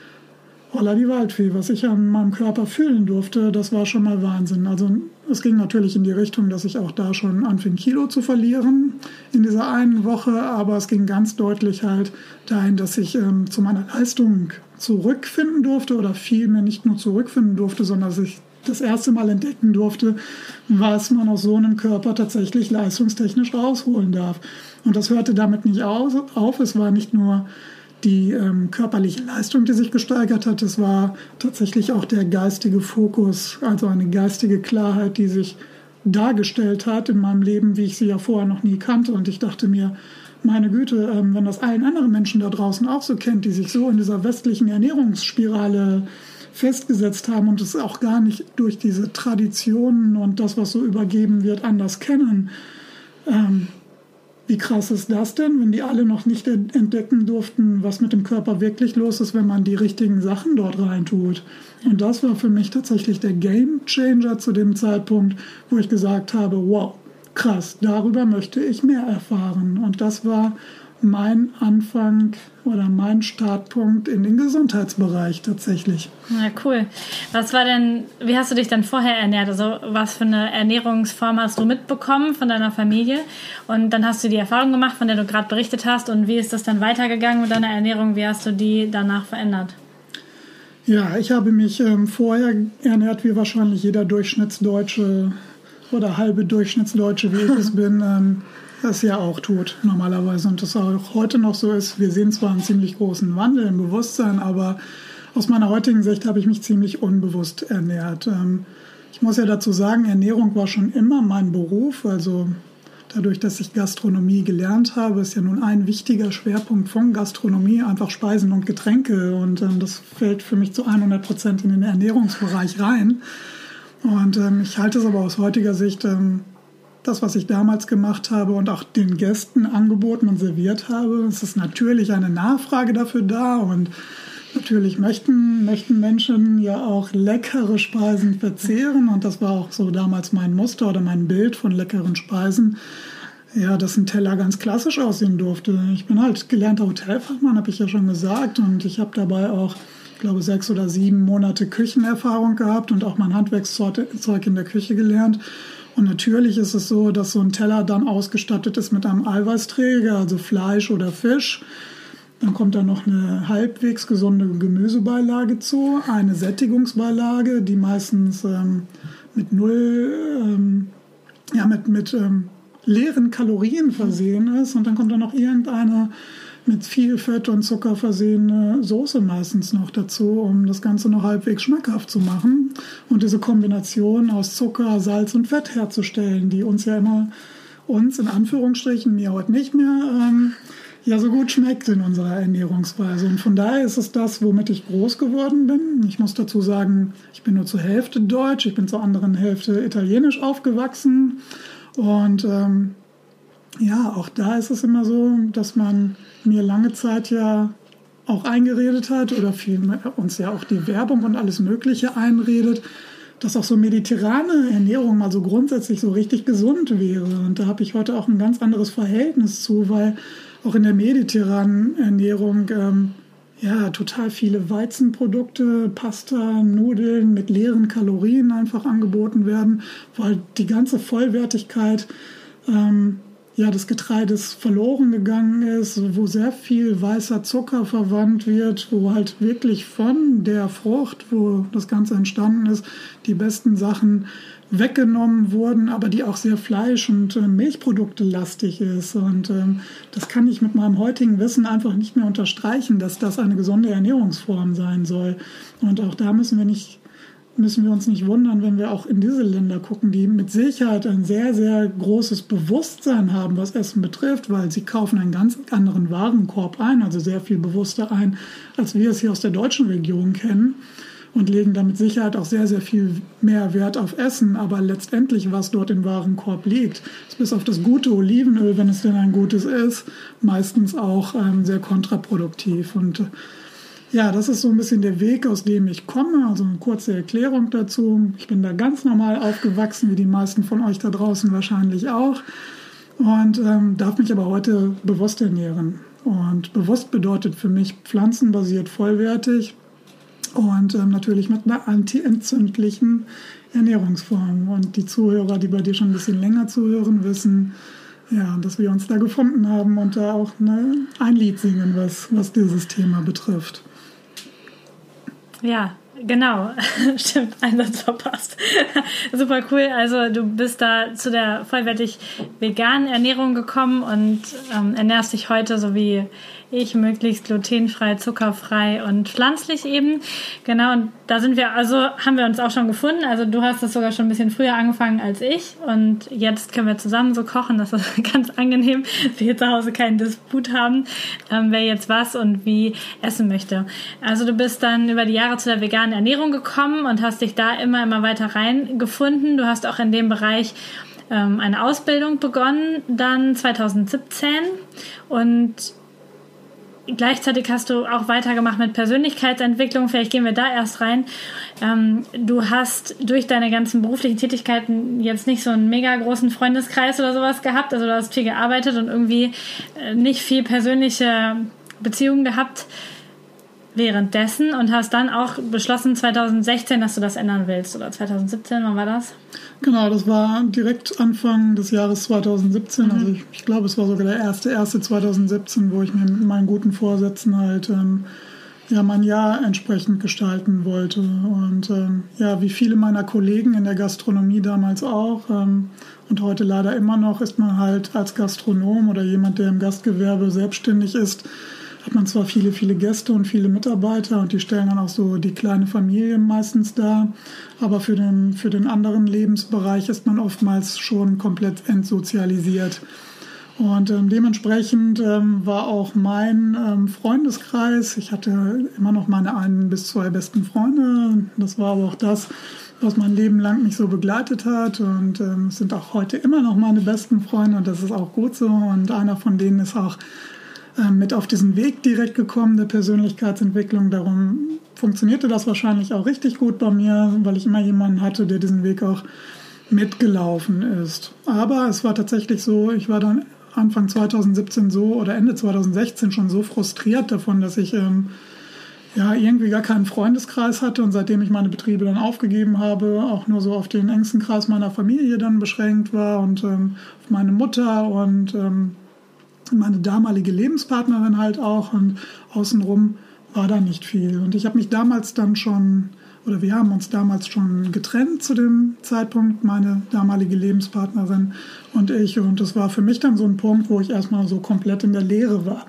holla die Waldfee, was ich an meinem Körper fühlen durfte, das war schon mal Wahnsinn. Also es ging natürlich in die Richtung, dass ich auch da schon anfing, Kilo zu verlieren in dieser einen Woche, aber es ging ganz deutlich halt dahin, dass ich ähm, zu meiner Leistung zurückfinden durfte oder vielmehr nicht nur zurückfinden durfte, sondern dass ich das erste Mal entdecken durfte, was man aus so einem Körper tatsächlich leistungstechnisch rausholen darf. Und das hörte damit nicht auf. Es war nicht nur die ähm, körperliche Leistung, die sich gesteigert hat, es war tatsächlich auch der geistige Fokus, also eine geistige Klarheit, die sich dargestellt hat in meinem Leben, wie ich sie ja vorher noch nie kannte. Und ich dachte mir, meine Güte, ähm, wenn das allen anderen Menschen da draußen auch so kennt, die sich so in dieser westlichen Ernährungsspirale festgesetzt haben und es auch gar nicht durch diese Traditionen und das, was so übergeben wird, anders kennen. Ähm, wie krass ist das denn, wenn die alle noch nicht entdecken durften, was mit dem Körper wirklich los ist, wenn man die richtigen Sachen dort reintut. Und das war für mich tatsächlich der Game Changer zu dem Zeitpunkt, wo ich gesagt habe, wow, krass, darüber möchte ich mehr erfahren. Und das war mein Anfang oder mein Startpunkt in den Gesundheitsbereich tatsächlich. Ja, cool. Was war denn, wie hast du dich dann vorher ernährt? Also was für eine Ernährungsform hast du mitbekommen von deiner Familie? Und dann hast du die Erfahrung gemacht, von der du gerade berichtet hast. Und wie ist das dann weitergegangen mit deiner Ernährung? Wie hast du die danach verändert? Ja, ich habe mich ähm, vorher ernährt, wie wahrscheinlich jeder Durchschnittsdeutsche oder halbe Durchschnittsdeutsche, wie ich es bin, ähm, das ja auch tut normalerweise und das auch heute noch so ist. Wir sehen zwar einen ziemlich großen Wandel im Bewusstsein, aber aus meiner heutigen Sicht habe ich mich ziemlich unbewusst ernährt. Ähm, ich muss ja dazu sagen, Ernährung war schon immer mein Beruf, also dadurch, dass ich Gastronomie gelernt habe, ist ja nun ein wichtiger Schwerpunkt von Gastronomie einfach Speisen und Getränke. Und ähm, das fällt für mich zu hundert Prozent in den Ernährungsbereich rein. Und ähm, ich halte es aber aus heutiger Sicht, ähm, das, was ich damals gemacht habe und auch den Gästen angeboten und serviert habe, es ist natürlich eine Nachfrage dafür da. Und natürlich möchten, möchten Menschen ja auch leckere Speisen verzehren. Und das war auch so damals mein Muster oder mein Bild von leckeren Speisen. Ja, dass ein Teller ganz klassisch aussehen durfte. Ich bin halt gelernter Hotelfachmann, habe ich ja schon gesagt. Und ich habe dabei auch, ich glaube, sechs oder sieben Monate Küchenerfahrung gehabt und auch mein Handwerkszeug in der Küche gelernt. Und natürlich ist es so, dass so ein Teller dann ausgestattet ist mit einem Eiweißträger, also Fleisch oder Fisch. Dann kommt da noch eine halbwegs gesunde Gemüsebeilage zu, eine Sättigungsbeilage, die meistens ähm, mit null, ähm, ja, mit, mit ähm, leeren Kalorien versehen ist. Und dann kommt da noch irgendeine mit viel Fett und Zucker versehene Soße meistens noch dazu, um das Ganze noch halbwegs schmackhaft zu machen. Und diese Kombination aus Zucker, Salz und Fett herzustellen, die uns ja immer, uns in Anführungsstrichen, mir heute nicht mehr, ähm, ja so gut schmeckt in unserer Ernährungsweise. Und von daher ist es das, womit ich groß geworden bin. Ich muss dazu sagen, ich bin nur zur Hälfte deutsch, ich bin zur anderen Hälfte italienisch aufgewachsen. Und ähm, ja, auch da ist es immer so, dass man mir lange Zeit ja auch eingeredet hat oder viel, uns ja auch die Werbung und alles Mögliche einredet, dass auch so mediterrane Ernährung mal so grundsätzlich so richtig gesund wäre. Und da habe ich heute auch ein ganz anderes Verhältnis zu, weil auch in der mediterranen Ernährung ähm, ja total viele Weizenprodukte, Pasta, Nudeln mit leeren Kalorien einfach angeboten werden, weil die ganze Vollwertigkeit ähm, ja, des Getreides verloren gegangen ist, wo sehr viel weißer Zucker verwandt wird, wo halt wirklich von der Frucht, wo das Ganze entstanden ist, die besten Sachen weggenommen wurden, aber die auch sehr Fleisch- und äh, Milchprodukte lastig ist. Und ähm, das kann ich mit meinem heutigen Wissen einfach nicht mehr unterstreichen, dass das eine gesunde Ernährungsform sein soll. Und auch da müssen wir nicht müssen wir uns nicht wundern, wenn wir auch in diese Länder gucken, die mit Sicherheit ein sehr, sehr großes Bewusstsein haben, was Essen betrifft, weil sie kaufen einen ganz anderen Warenkorb ein, also sehr viel bewusster ein, als wir es hier aus der deutschen Region kennen und legen da mit Sicherheit auch sehr, sehr viel mehr Wert auf Essen. Aber letztendlich, was dort im Warenkorb liegt, ist bis auf das gute Olivenöl, wenn es denn ein gutes ist, meistens auch ähm, sehr kontraproduktiv. Und ja, das ist so ein bisschen der Weg, aus dem ich komme. Also eine kurze Erklärung dazu. Ich bin da ganz normal aufgewachsen, wie die meisten von euch da draußen wahrscheinlich auch. Und ähm, darf mich aber heute bewusst ernähren. Und bewusst bedeutet für mich pflanzenbasiert vollwertig und ähm, natürlich mit einer antientzündlichen Ernährungsform. Und die Zuhörer, die bei dir schon ein bisschen länger zuhören, wissen, ja, dass wir uns da gefunden haben und da auch ne, ein Lied singen, was, was dieses Thema betrifft. Ja, genau. Stimmt, Einsatz verpasst. Super cool. Also du bist da zu der vollwertig veganen Ernährung gekommen und ähm, ernährst dich heute so wie ich, möglichst glutenfrei, zuckerfrei und pflanzlich eben. Genau, und da sind wir, also haben wir uns auch schon gefunden. Also du hast das sogar schon ein bisschen früher angefangen als ich und jetzt können wir zusammen so kochen. Das ist ganz angenehm, dass wir hier zu Hause keinen Disput haben, ähm, wer jetzt was und wie essen möchte. Also du bist dann über die Jahre zu der veganen Ernährung gekommen und hast dich da immer, immer weiter reingefunden. Du hast auch in dem Bereich ähm, eine Ausbildung begonnen, dann zwanzig siebzehn und gleichzeitig hast du auch weitergemacht mit Persönlichkeitsentwicklung. Vielleicht gehen wir da erst rein. Ähm, du hast durch deine ganzen beruflichen Tätigkeiten jetzt nicht so einen mega großen Freundeskreis oder sowas gehabt. Also du hast viel gearbeitet und irgendwie äh, nicht viel persönliche Beziehungen gehabt währenddessen und hast dann auch beschlossen zwanzig sechzehn, dass du das ändern willst. Oder zwanzig siebzehn, wann war das? Genau, das war direkt Anfang des Jahres zwanzig siebzehn. Mhm. Also ich, ich glaube, es war sogar der erste erste zwanzig siebzehn, wo ich mir mit meinen guten Vorsätzen halt ähm, ja, mein Jahr entsprechend gestalten wollte. Und ähm, ja, wie viele meiner Kollegen in der Gastronomie damals auch ähm, und heute leider immer noch, ist man halt als Gastronom oder jemand, der im Gastgewerbe selbstständig ist, hat man zwar viele, viele Gäste und viele Mitarbeiter und die stellen dann auch so die kleine Familie meistens dar, aber für den, für den anderen Lebensbereich ist man oftmals schon komplett entsozialisiert. Und ähm, dementsprechend ähm, war auch mein ähm, Freundeskreis, ich hatte immer noch meine ein bis zwei besten Freunde, das war aber auch das, was mein Leben lang mich so begleitet hat und ähm, sind auch heute immer noch meine besten Freunde und das ist auch gut so und einer von denen ist auch mit auf diesen Weg direkt gekommen, der Persönlichkeitsentwicklung. Darum funktionierte das wahrscheinlich auch richtig gut bei mir, weil ich immer jemanden hatte, der diesen Weg auch mitgelaufen ist. Aber es war tatsächlich so, ich war dann Anfang zwanzig siebzehn so oder Ende zwanzig sechzehn schon so frustriert davon, dass ich ähm, ja irgendwie gar keinen Freundeskreis hatte und seitdem ich meine Betriebe dann aufgegeben habe, auch nur so auf den engsten Kreis meiner Familie dann beschränkt war und ähm, auf meine Mutter und ähm, meine damalige Lebenspartnerin halt auch und außenrum war da nicht viel. Und ich habe mich damals dann schon, oder wir haben uns damals schon getrennt zu dem Zeitpunkt, meine damalige Lebenspartnerin und ich. Und das war für mich dann so ein Punkt, wo ich erstmal so komplett in der Leere war.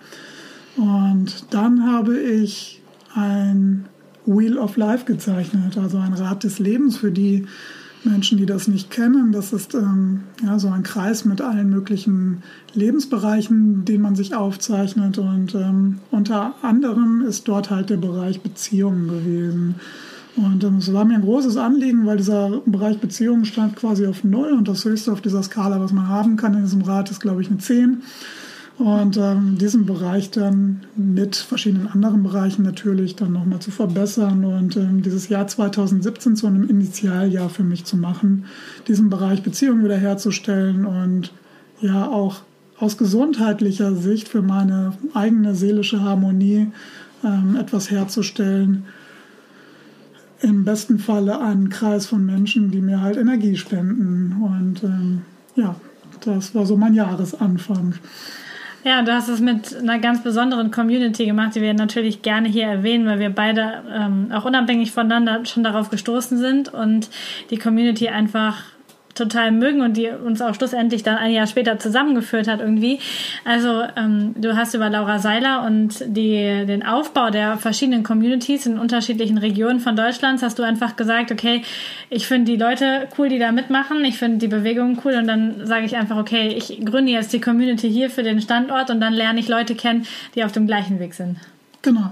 Und dann habe ich ein Wheel of Life gezeichnet, also ein Rad des Lebens für die Menschen, die das nicht kennen. Das ist ähm, ja, so ein Kreis mit allen möglichen Lebensbereichen, den man sich aufzeichnet. Und ähm, unter anderem ist dort halt der Bereich Beziehungen gewesen. Und ähm, es war mir ein großes Anliegen, weil dieser Bereich Beziehungen stand quasi auf null und das höchste auf dieser Skala, was man haben kann in diesem Rad, ist, glaube ich, eine zehn. Und ähm, diesen Bereich dann mit verschiedenen anderen Bereichen natürlich dann nochmal zu verbessern und ähm, dieses Jahr zwanzig siebzehn zu einem Initialjahr für mich zu machen, diesen Bereich Beziehungen wiederherzustellen und ja auch aus gesundheitlicher Sicht für meine eigene seelische Harmonie ähm, etwas herzustellen. Im besten Falle einen Kreis von Menschen, die mir halt Energie spenden. Und ähm, ja, das war so mein Jahresanfang. Ja, du hast es mit einer ganz besonderen Community gemacht, die wir natürlich gerne hier erwähnen, weil wir beide ähm, auch unabhängig voneinander schon darauf gestoßen sind und die Community einfach total mögen und die uns auch schlussendlich dann ein Jahr später zusammengeführt hat irgendwie. Also ähm, du hast über Laura Seiler und die, den Aufbau der verschiedenen Communities in unterschiedlichen Regionen von Deutschland hast du einfach gesagt, okay, ich finde die Leute cool, die da mitmachen, ich finde die Bewegung cool und dann sage ich einfach, okay, ich gründe jetzt die Community hier für den Standort und dann lerne ich Leute kennen, die auf dem gleichen Weg sind. Genau.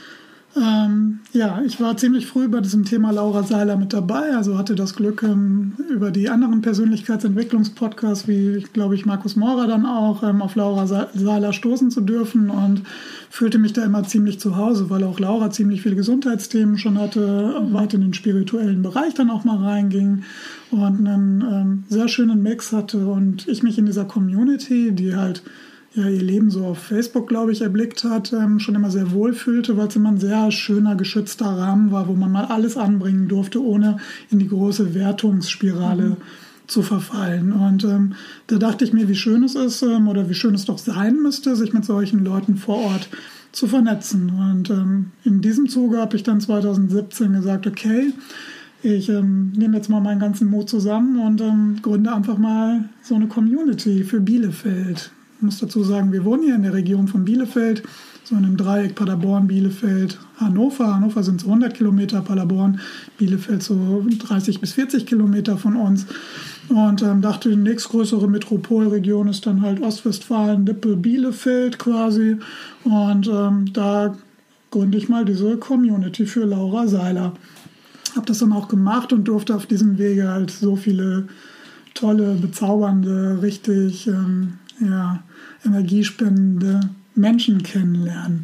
Ähm, ja, ich war ziemlich früh bei diesem Thema Laura Seiler mit dabei, also hatte das Glück, ähm, über die anderen Persönlichkeitsentwicklungspodcasts, wie, glaube ich, Markus Maurer dann auch, ähm, auf Laura Seiler stoßen zu dürfen und fühlte mich da immer ziemlich zu Hause, weil auch Laura ziemlich viele Gesundheitsthemen schon hatte, mhm. weit in den spirituellen Bereich dann auch mal reinging und einen ähm, sehr schönen Mix hatte und ich mich in dieser Community, die halt ja, ihr Leben so auf Facebook, glaube ich, erblickt hat, ähm, schon immer sehr wohl fühlte, weil es immer ein sehr schöner, geschützter Rahmen war, wo man mal alles anbringen durfte, ohne in die große Wertungsspirale mhm. zu verfallen. Und ähm, da dachte ich mir, wie schön es ist ähm, oder wie schön es doch sein müsste, sich mit solchen Leuten vor Ort zu vernetzen. Und ähm, in diesem Zuge habe ich dann zwanzig siebzehn gesagt, okay, ich ähm, nehme jetzt mal meinen ganzen Mut zusammen und ähm, gründe einfach mal so eine Community für Bielefeld. Ich muss dazu sagen, wir wohnen hier in der Region von Bielefeld, so in einem Dreieck Paderborn, Bielefeld, Hannover. Hannover sind so hundert Kilometer, Paderborn, Bielefeld so dreißig bis vierzig Kilometer von uns. Und ähm, dachte, die nächstgrößere Metropolregion ist dann halt Ostwestfalen, Lippe, Bielefeld quasi. Und ähm, da gründe ich mal diese Community für Laura Seiler. Habe das dann auch gemacht und durfte auf diesem Wege halt so viele tolle, bezaubernde, richtig ähm, ja, energiespendende Menschen kennenlernen.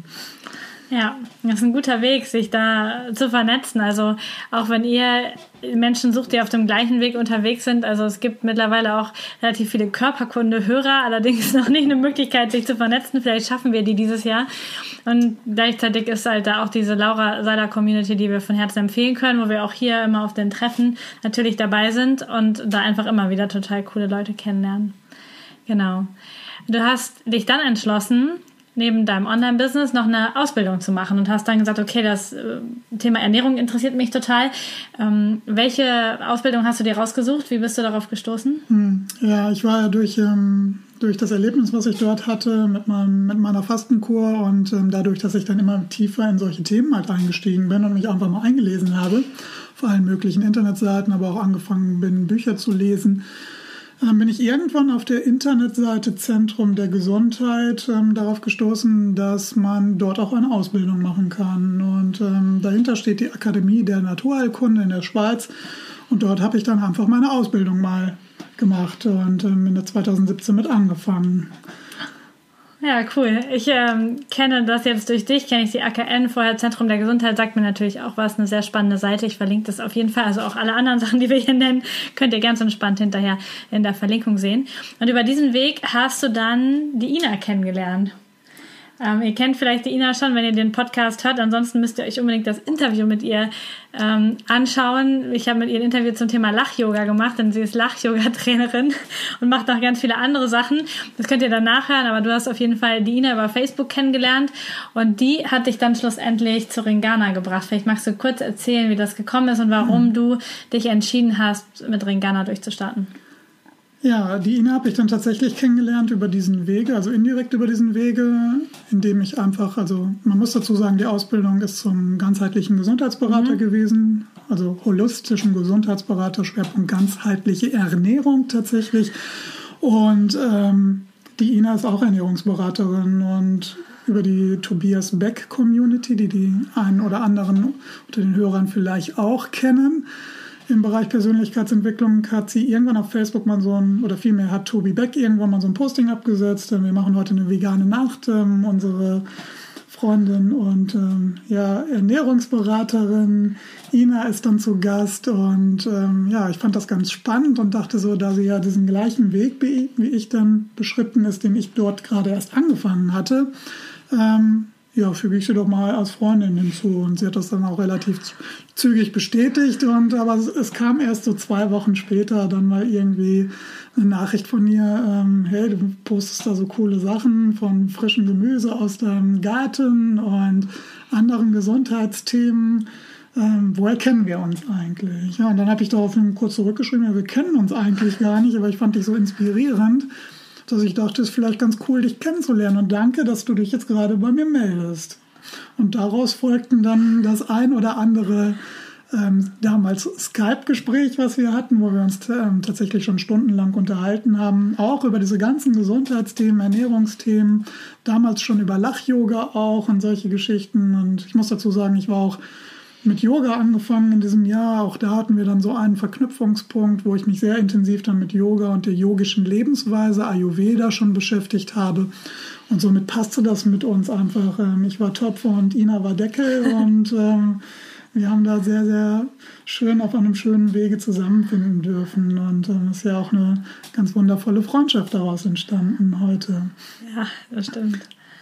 Ja, das ist ein guter Weg, sich da zu vernetzen. Also auch wenn ihr Menschen sucht, die auf dem gleichen Weg unterwegs sind. Also es gibt mittlerweile auch relativ viele Körperkunde-Hörer, allerdings noch nicht eine Möglichkeit, sich zu vernetzen. Vielleicht schaffen wir die dieses Jahr. Und gleichzeitig ist halt da auch diese Laura Seiler Community, die wir von Herzen empfehlen können, wo wir auch hier immer auf den Treffen natürlich dabei sind und da einfach immer wieder total coole Leute kennenlernen. Genau. Du hast dich dann entschlossen, neben deinem Online-Business noch eine Ausbildung zu machen und hast dann gesagt, okay, das Thema Ernährung interessiert mich total. Ähm, welche Ausbildung hast du dir rausgesucht? Wie bist du darauf gestoßen? Hm, ja, ich war ja durch ähm, durch das Erlebnis, was ich dort hatte mit, meinem, mit meiner Fastenkur und ähm, dadurch, dass ich dann immer tiefer in solche Themen halt eingestiegen bin und mich einfach mal eingelesen habe, vor allen möglichen Internetseiten, aber auch angefangen bin, Bücher zu lesen, ähm, bin ich irgendwann auf der Internetseite Zentrum der Gesundheit ähm, darauf gestoßen, dass man dort auch eine Ausbildung machen kann. Und ähm, dahinter steht die Akademie der Naturheilkunde in der Schweiz. Und dort habe ich dann einfach meine Ausbildung mal gemacht und ähm, in der zweitausendsiebzehn mit angefangen. Ja, cool. Ich ähm, kenne das jetzt durch dich, kenne ich die A K N, vorher Zentrum der Gesundheit, sagt mir natürlich auch was, eine sehr spannende Seite. Ich verlinke das auf jeden Fall. Also auch alle anderen Sachen, die wir hier nennen, könnt ihr ganz entspannt hinterher in der Verlinkung sehen. Und über diesen Weg hast du dann die Ina kennengelernt. Ähm, ihr kennt vielleicht die Ina schon, wenn ihr den Podcast hört. Ansonsten müsst ihr euch unbedingt das Interview mit ihr ähm, anschauen. Ich habe mit ihr ein Interview zum Thema Lach-Yoga gemacht, denn sie ist Lach-Yoga-Trainerin und macht noch ganz viele andere Sachen. Das könnt ihr dann nachhören, aber du hast auf jeden Fall die Ina über Facebook kennengelernt und die hat dich dann schlussendlich zu Ringana gebracht. Vielleicht magst du kurz erzählen, wie das gekommen ist und warum mhm. du dich entschieden hast, mit Ringana durchzustarten. Ja, die Ina habe ich dann tatsächlich kennengelernt über diesen Wege, also indirekt über diesen Wege, indem ich einfach, also man muss dazu sagen, die Ausbildung ist zum ganzheitlichen Gesundheitsberater mhm. gewesen, also holistischen Gesundheitsberater, Schwerpunkt ganzheitliche Ernährung tatsächlich. Und ähm, die Ina ist auch Ernährungsberaterin und über die Tobias Beck Community, die die einen oder anderen unter den Hörern vielleicht auch kennen, im Bereich Persönlichkeitsentwicklung hat sie irgendwann auf Facebook mal so ein, oder vielmehr hat Tobi Beck irgendwann mal so ein Posting abgesetzt. Wir machen heute eine vegane Nacht. Ähm, unsere Freundin und ähm, ja, Ernährungsberaterin Ina ist dann zu Gast. Und ähm, ja, ich fand das ganz spannend und dachte so, da sie ja diesen gleichen Weg wie, wie ich dann beschritten ist, den ich dort gerade erst angefangen hatte, ähm, ja, füge ich sie doch mal als Freundin hinzu. Und sie hat das dann auch relativ zügig bestätigt. Und aber es kam erst so zwei Wochen später dann mal irgendwie eine Nachricht von ihr, ähm, hey, du postest da so coole Sachen von frischem Gemüse aus deinem Garten und anderen Gesundheitsthemen. Ähm, woher kennen wir uns eigentlich? Ja, und dann habe ich daraufhin kurz zurückgeschrieben, ja, wir kennen uns eigentlich gar nicht, aber ich fand dich so inspirierend, dass ich dachte, es ist vielleicht ganz cool, dich kennenzulernen. Und danke, dass du dich jetzt gerade bei mir meldest. Und daraus folgten dann das ein oder andere ähm, damals Skype-Gespräch, was wir hatten, wo wir uns ähm, tatsächlich schon stundenlang unterhalten haben, auch über diese ganzen Gesundheitsthemen, Ernährungsthemen, damals schon über Lach-Yoga auch und solche Geschichten. Und ich muss dazu sagen, ich war auch mit Yoga angefangen in diesem Jahr. Auch da hatten wir dann so einen Verknüpfungspunkt, wo ich mich sehr intensiv dann mit Yoga und der yogischen Lebensweise, Ayurveda, schon beschäftigt habe. Und somit passte das mit uns einfach. Ich war Topf und Ina war Deckel und ähm, wir haben da sehr, sehr schön auf einem schönen Wege zusammenfinden dürfen. Und es ähm, ist ja auch eine ganz wundervolle Freundschaft daraus entstanden heute. Ja, das stimmt.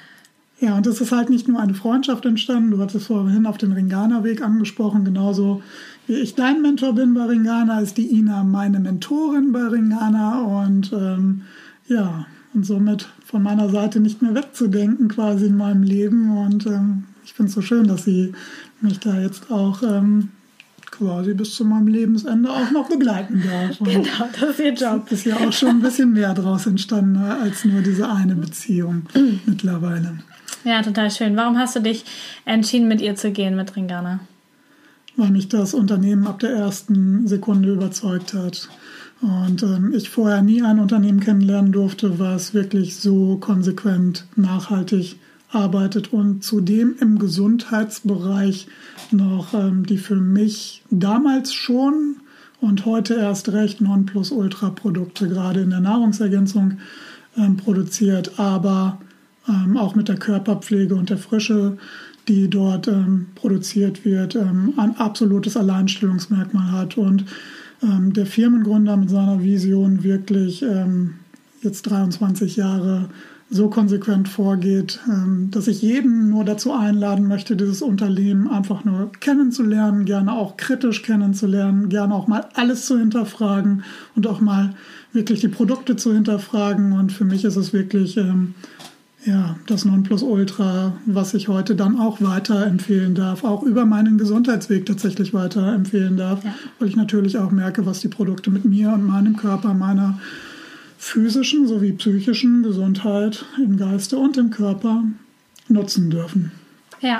Ja, und es ist halt nicht nur eine Freundschaft entstanden, du hattest vorhin auf den Ringana-Weg angesprochen, genauso wie ich dein Mentor bin bei Ringana, ist die Ina meine Mentorin bei Ringana und ähm, ja, und somit von meiner Seite nicht mehr wegzudenken quasi in meinem Leben und ähm, ich finde es so schön, dass sie mich da jetzt auch ähm, quasi bis zu meinem Lebensende auch noch begleiten darf. Und genau, das ist ihr Job. Ist ja auch schon ein bisschen mehr daraus entstanden als nur diese eine Beziehung mittlerweile. Ja, total schön. Warum hast du dich entschieden, mit ihr zu gehen, mit Ringana? Weil mich das Unternehmen ab der ersten Sekunde überzeugt hat. Und ähm, ich vorher nie ein Unternehmen kennenlernen durfte, was wirklich so konsequent nachhaltig arbeitet und zudem im Gesundheitsbereich noch ähm, die für mich damals schon und heute erst recht Nonplusultra-Produkte gerade in der Nahrungsergänzung ähm, produziert, aber ähm, auch mit der Körperpflege und der Frische, die dort ähm, produziert wird, ähm, ein absolutes Alleinstellungsmerkmal hat und ähm, der Firmengründer mit seiner Vision wirklich ähm, jetzt dreiundzwanzig Jahre so konsequent vorgeht, ähm, dass ich jeden nur dazu einladen möchte, dieses Unternehmen einfach nur kennenzulernen, gerne auch kritisch kennenzulernen, gerne auch mal alles zu hinterfragen und auch mal wirklich die Produkte zu hinterfragen. Und für mich ist es wirklich ähm, ja, das Nonplusultra, was ich heute dann auch weiterempfehlen darf, auch über meinen Gesundheitsweg tatsächlich weiterempfehlen darf, ja. Weil ich natürlich auch merke, was die Produkte mit mir und meinem Körper, meiner physischen sowie psychischen Gesundheit im Geiste und im Körper nutzen dürfen. Ja,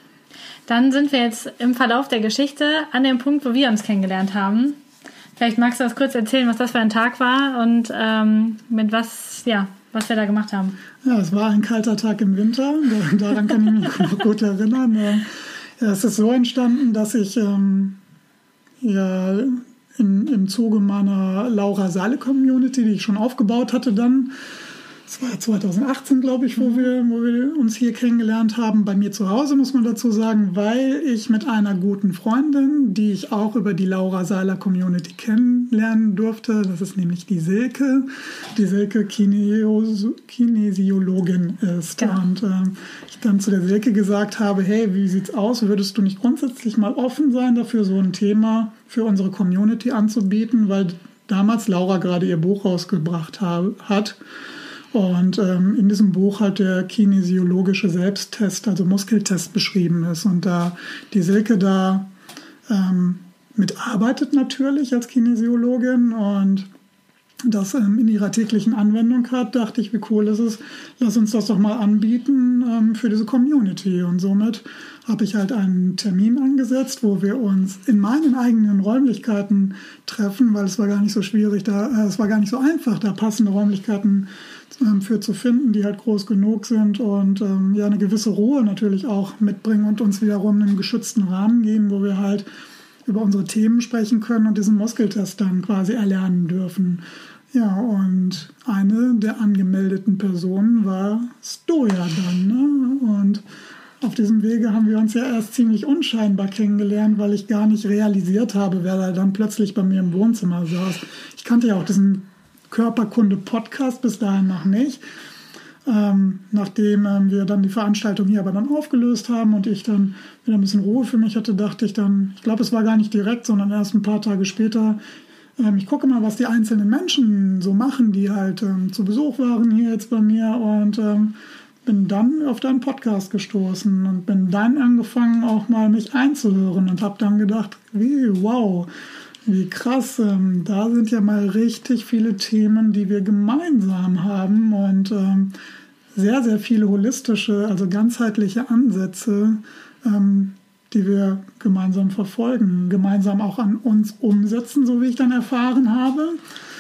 dann sind wir jetzt im Verlauf der Geschichte an dem Punkt, wo wir uns kennengelernt haben. Vielleicht magst du das kurz erzählen, was das für ein Tag war und ähm, mit was, ja, was wir da gemacht haben. Ja, es war ein kalter Tag im Winter. Daran kann ich mich noch gut erinnern. Ja, es ist so entstanden, dass ich ähm, ja in, im Zuge meiner Laura Seile Community, die ich schon aufgebaut hatte, dann, das war zwanzig achtzehn, glaube ich, wo wir, wo wir uns hier kennengelernt haben, bei mir zu Hause, muss man dazu sagen, weil ich mit einer guten Freundin, die ich auch über die Laura Seiler Community kennenlernen durfte, das ist nämlich die Silke, die Silke Kineos- Kinesiologin ist. Genau. Und äh, ich dann zu der Silke gesagt habe, hey, wie sieht's aus? Würdest du nicht grundsätzlich mal offen sein dafür, so ein Thema für unsere Community anzubieten? Weil damals Laura gerade ihr Buch rausgebracht ha- hat. Und ähm, in diesem Buch halt der kinesiologische Selbsttest, also Muskeltest, beschrieben ist. Und da die Silke da ähm, mitarbeitet natürlich als Kinesiologin und das ähm, in ihrer täglichen Anwendung hat, dachte ich, wie cool ist es, lass uns das doch mal anbieten ähm, für diese Community. Und somit habe ich halt einen Termin angesetzt, wo wir uns in meinen eigenen Räumlichkeiten treffen, weil es war gar nicht so schwierig, da, äh, es war gar nicht so einfach, da passende Räumlichkeiten ähm, für zu finden, die halt groß genug sind und ähm, ja eine gewisse Ruhe natürlich auch mitbringen und uns wiederum einen geschützten Rahmen geben, wo wir halt über unsere Themen sprechen können und diesen Muskeltest dann quasi erlernen dürfen. Ja, und eine der angemeldeten Personen war Stoja dann. Ne? Und auf diesem Wege haben wir uns ja erst ziemlich unscheinbar kennengelernt, weil ich gar nicht realisiert habe, wer da dann plötzlich bei mir im Wohnzimmer saß. Ich kannte ja auch diesen Körperkunde-Podcast bis dahin noch nicht. Ähm, nachdem ähm, wir dann die Veranstaltung hier aber dann aufgelöst haben und ich dann wieder ein bisschen Ruhe für mich hatte, dachte ich dann, ich glaube, es war gar nicht direkt, sondern erst ein paar Tage später, ähm, ich gucke mal, was die einzelnen Menschen so machen, die halt ähm, zu Besuch waren hier jetzt bei mir und ähm, bin dann auf deinen Podcast gestoßen und bin dann angefangen, auch mal mich einzuhören und habe dann gedacht, wie, wow, wie krass, ähm, da sind ja mal richtig viele Themen, die wir gemeinsam haben und ähm, sehr, sehr viele holistische, also ganzheitliche Ansätze, ähm, die wir gemeinsam verfolgen, gemeinsam auch an uns umsetzen, so wie ich dann erfahren habe.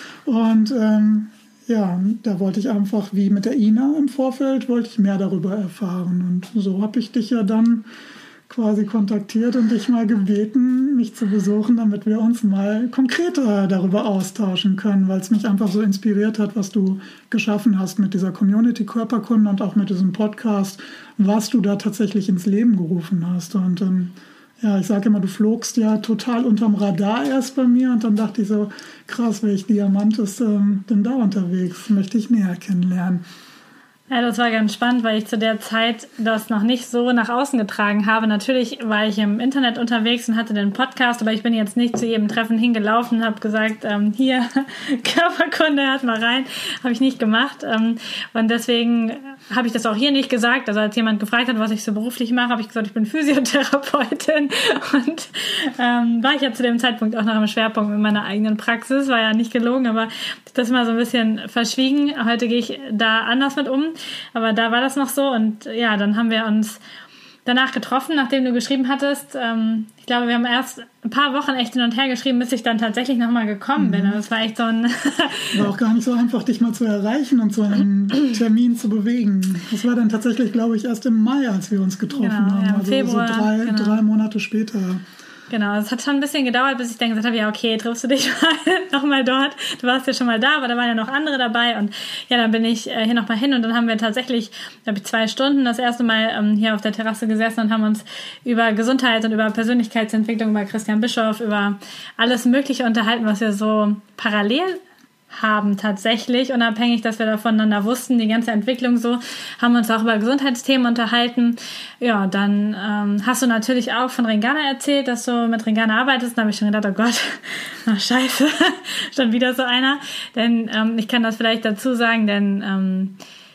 Und ähm, ja, da wollte ich einfach, wie mit der Ina im Vorfeld, wollte ich mehr darüber erfahren. Und so habe ich dich ja dann quasi kontaktiert und dich mal gebeten, mich zu besuchen, damit wir uns mal konkreter darüber austauschen können, weil es mich einfach so inspiriert hat, was du geschaffen hast mit dieser Community Körperkunde und auch mit diesem Podcast, was du da tatsächlich ins Leben gerufen hast. Und ähm, ja, ich sage immer, du flogst ja total unterm Radar erst bei mir und dann dachte ich so, krass, welch Diamant ist ähm, denn da unterwegs, möchte ich näher kennenlernen. Ja, das war ganz spannend, weil ich zu der Zeit das noch nicht so nach außen getragen habe. Natürlich war ich im Internet unterwegs und hatte den Podcast, aber ich bin jetzt nicht zu jedem Treffen hingelaufen und habe gesagt, ähm, hier, Körperkunde, hört mal rein. Habe ich nicht gemacht. Ähm, und deswegen habe ich das auch hier nicht gesagt. Also als jemand gefragt hat, was ich so beruflich mache, habe ich gesagt, ich bin Physiotherapeutin. Und ähm, war ich ja zu dem Zeitpunkt auch noch im Schwerpunkt mit meiner eigenen Praxis. War ja nicht gelogen, aber das mal so ein bisschen verschwiegen. Heute gehe ich da anders mit um. Aber da war das noch so und ja, dann haben wir uns danach getroffen, nachdem du geschrieben hattest. Ähm, ich glaube, wir haben erst ein paar Wochen echt hin und her geschrieben, bis ich dann tatsächlich nochmal gekommen mhm. bin. Das war echt so ein... War auch gar nicht so einfach, dich mal zu erreichen und zu einem Termin zu bewegen. Das war dann tatsächlich, glaube ich, erst im Mai, als wir uns getroffen genau, haben. Ja, im also Februar, so drei, genau. drei Monate später. Genau, es hat schon ein bisschen gedauert, bis ich dann gesagt habe, ja okay, triffst du dich mal nochmal dort. Du warst ja schon mal da, aber da waren ja noch andere dabei und ja, dann bin ich äh, hier nochmal hin und dann haben wir tatsächlich, glaube ich, zwei Stunden das erste Mal ähm, hier auf der Terrasse gesessen und haben uns über Gesundheit und über Persönlichkeitsentwicklung, über Christian Bischoff, über alles Mögliche unterhalten, was wir so parallel haben tatsächlich, unabhängig, dass wir da voneinander wussten, die ganze Entwicklung so, haben uns auch über Gesundheitsthemen unterhalten. Ja, dann ähm, hast du natürlich auch von Ringana erzählt, dass du mit Ringana arbeitest. Da habe ich schon gedacht, oh Gott, na scheiße, schon wieder so einer. Denn ähm, ich kann das vielleicht dazu sagen, denn ähm,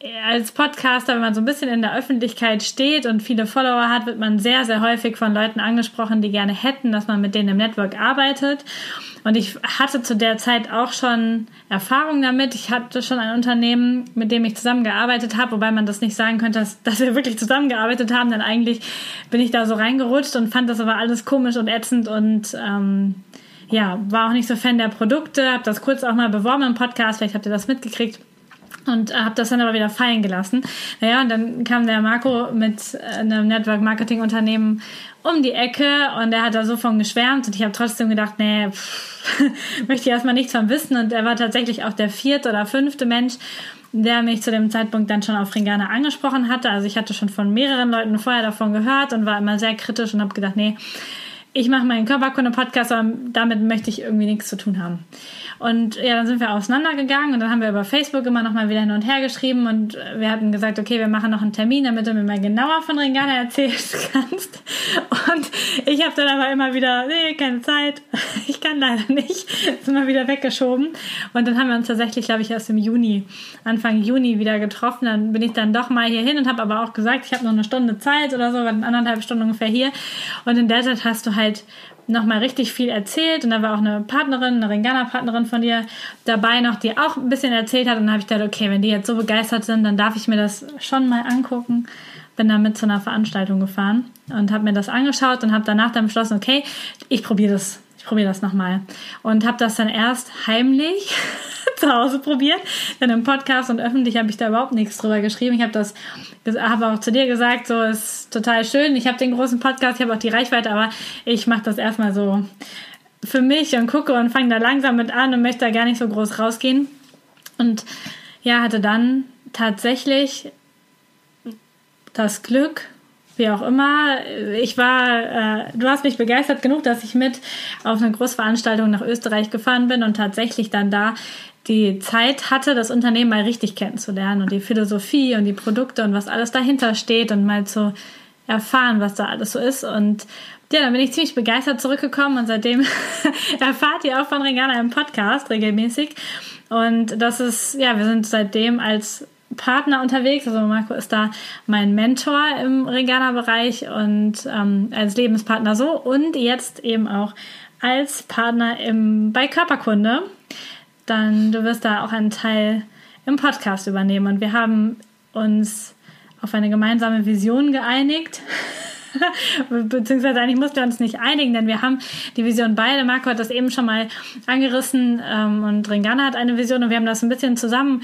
als Podcaster, wenn man so ein bisschen in der Öffentlichkeit steht und viele Follower hat, wird man sehr, sehr häufig von Leuten angesprochen, die gerne hätten, dass man mit denen im Network arbeitet. Und ich hatte zu der Zeit auch schon Erfahrung damit. Ich hatte schon ein Unternehmen, mit dem ich zusammengearbeitet habe, wobei man das nicht sagen könnte, dass, dass wir wirklich zusammengearbeitet haben, denn eigentlich bin ich da so reingerutscht und fand das aber alles komisch und ätzend und ähm, ja, war auch nicht so Fan der Produkte, habe das kurz auch mal beworben im Podcast, vielleicht habt ihr das mitgekriegt. Und habe das dann aber wieder fallen gelassen. Naja, und dann kam der Marco mit einem Network-Marketing-Unternehmen um die Ecke und er hat da so von geschwärmt und ich habe trotzdem gedacht, nee, pff, möchte ich erstmal nichts von wissen. Und er war tatsächlich auch der vierte oder fünfte Mensch, der mich zu dem Zeitpunkt dann schon auf Ringana angesprochen hatte. Also ich hatte schon von mehreren Leuten vorher davon gehört und war immer sehr kritisch und habe gedacht, nee, ich mache meinen Körperkunde-Podcast, aber damit möchte ich irgendwie nichts zu tun haben. Und ja, dann sind wir auseinandergegangen und dann haben wir über Facebook immer noch mal wieder hin und her geschrieben und wir hatten gesagt, okay, wir machen noch einen Termin, damit du mir mal genauer von Ringana erzählen kannst. Und ich habe dann aber immer wieder, nee, keine Zeit, ich kann leider nicht, das ist immer wieder weggeschoben. Und dann haben wir uns tatsächlich, glaube ich, erst im Juni, Anfang Juni wieder getroffen. Dann bin ich dann doch mal hier hin und habe aber auch gesagt, ich habe noch eine Stunde Zeit oder so, war anderthalb Stunden ungefähr hier. Und in der Zeit hast du halt nochmal richtig viel erzählt und da war auch eine Partnerin, eine Ringana-Partnerin von dir dabei noch, die auch ein bisschen erzählt hat und dann habe ich gedacht, okay, wenn die jetzt so begeistert sind, dann darf ich mir das schon mal angucken. Bin dann mit zu einer Veranstaltung gefahren und habe mir das angeschaut und habe danach dann beschlossen, okay, ich probiere das, ich probiere das nochmal und habe das dann erst heimlich zu Hause probiert, denn im Podcast und öffentlich habe ich da überhaupt nichts drüber geschrieben. Ich habe das, habe auch zu dir gesagt, so ist total schön. Ich habe den großen Podcast, ich habe auch die Reichweite, aber ich mache das erstmal so für mich und gucke und fange da langsam mit an und möchte da gar nicht so groß rausgehen. Und ja, hatte dann tatsächlich das Glück, wie auch immer. Ich war, äh, du hast mich begeistert genug, dass ich mit auf eine Großveranstaltung nach Österreich gefahren bin und tatsächlich dann da die Zeit hatte, das Unternehmen mal richtig kennenzulernen und die Philosophie und die Produkte und was alles dahinter steht und mal zu erfahren, was da alles so ist. Und ja, dann bin ich ziemlich begeistert zurückgekommen und seitdem erfahrt ihr auch von Ringana im Podcast regelmäßig. Und das ist, ja, wir sind seitdem als Partner unterwegs. Also Marco ist da mein Mentor im Ringana-Bereich und ähm, als Lebenspartner so und jetzt eben auch als Partner im, bei Körperkunde. Dann du wirst da auch einen Teil im Podcast übernehmen. Und wir haben uns auf eine gemeinsame Vision geeinigt. Beziehungsweise eigentlich mussten wir uns nicht einigen, denn wir haben die Vision beide. Marco hat das eben schon mal angerissen ähm, und Ringana hat eine Vision und wir haben das ein bisschen zusammen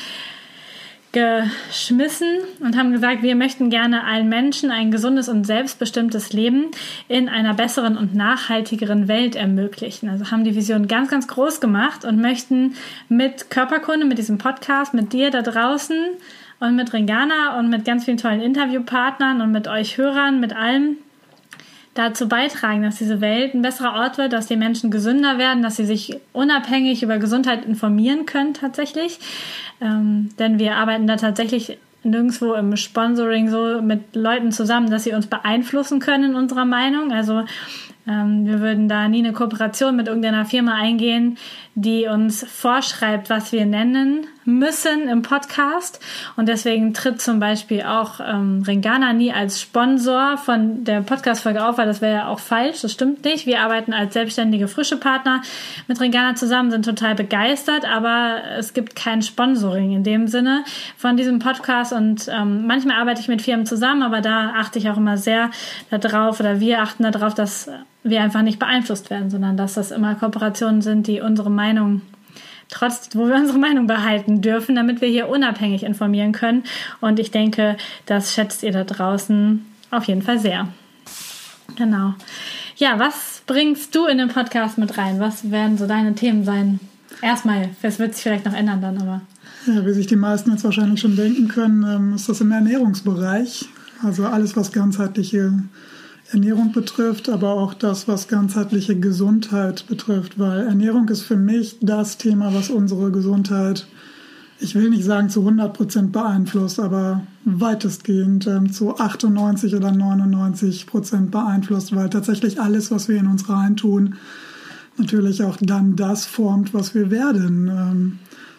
geschmissen und haben gesagt, wir möchten gerne allen Menschen ein gesundes und selbstbestimmtes Leben in einer besseren und nachhaltigeren Welt ermöglichen. Also haben die Vision ganz, ganz groß gemacht und möchten mit Körperkunde, mit diesem Podcast, mit dir da draußen und mit Ringana und mit ganz vielen tollen Interviewpartnern und mit euch Hörern, mit allem dazu beitragen, dass diese Welt ein besserer Ort wird, dass die Menschen gesünder werden, dass sie sich unabhängig über Gesundheit informieren können tatsächlich. Ähm, denn wir arbeiten da tatsächlich nirgendwo im Sponsoring so mit Leuten zusammen, dass sie uns beeinflussen können in unserer Meinung. Also ähm, wir würden da nie eine Kooperation mit irgendeiner Firma eingehen, die uns vorschreibt, was wir nennen müssen im Podcast. Und deswegen tritt zum Beispiel auch ähm, Ringana nie als Sponsor von der Podcast-Folge auf, weil das wäre ja auch falsch, das stimmt nicht. Wir arbeiten als selbstständige frische Partner mit Ringana zusammen, sind total begeistert, aber es gibt kein Sponsoring in dem Sinne von diesem Podcast und ähm, manchmal arbeite ich mit Firmen zusammen, aber da achte ich auch immer sehr darauf oder wir achten darauf, dass wir einfach nicht beeinflusst werden, sondern dass das immer Kooperationen sind, die unsere Meinung trotz, wo wir unsere Meinung behalten dürfen, damit wir hier unabhängig informieren können. Und ich denke, das schätzt ihr da draußen auf jeden Fall sehr. Genau. Ja, was bringst du in den Podcast mit rein? Was werden so deine Themen sein? Erstmal, das wird sich vielleicht noch ändern dann, aber... Ja, wie sich die meisten jetzt wahrscheinlich schon denken können, ist das im Ernährungsbereich. Also alles, was ganzheitliche Ernährung betrifft, aber auch das, was ganzheitliche Gesundheit betrifft, weil Ernährung ist für mich das Thema, was unsere Gesundheit, ich will nicht sagen zu hundert Prozent beeinflusst, aber weitestgehend ähm, zu achtundneunzig oder neunundneunzig Prozent beeinflusst, weil tatsächlich alles, was wir in uns reintun, natürlich auch dann das formt, was wir werden. Ähm,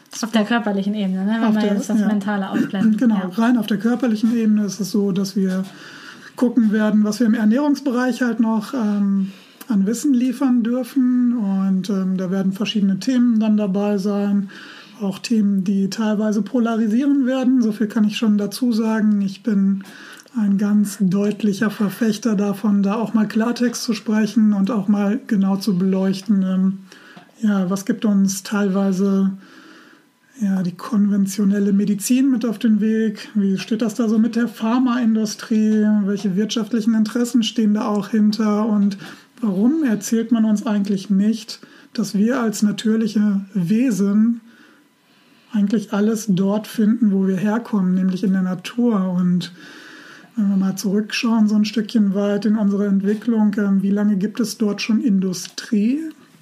Auf der körperlichen Ebene, ne? Wenn man der, jetzt das ja. Mentale ausblenden. Genau, ja. rein auf der körperlichen Ebene ist es so, dass wir gucken werden, was wir im Ernährungsbereich halt noch ähm, an Wissen liefern dürfen. Und ähm, da werden verschiedene Themen dann dabei sein. Auch Themen, die teilweise polarisieren werden. So viel kann ich schon dazu sagen. Ich bin ein ganz deutlicher Verfechter davon, da auch mal Klartext zu sprechen und auch mal genau zu beleuchten, ähm, ja, was gibt uns teilweise ja, die konventionelle Medizin mit auf den Weg? Wie steht das da so mit der Pharmaindustrie? Welche wirtschaftlichen Interessen stehen da auch hinter? Und warum erzählt man uns eigentlich nicht, dass wir als natürliche Wesen eigentlich alles dort finden, wo wir herkommen, nämlich in der Natur? Und wenn wir mal zurückschauen, so ein Stückchen weit in unsere Entwicklung, äh, wie lange gibt es dort schon Industrie?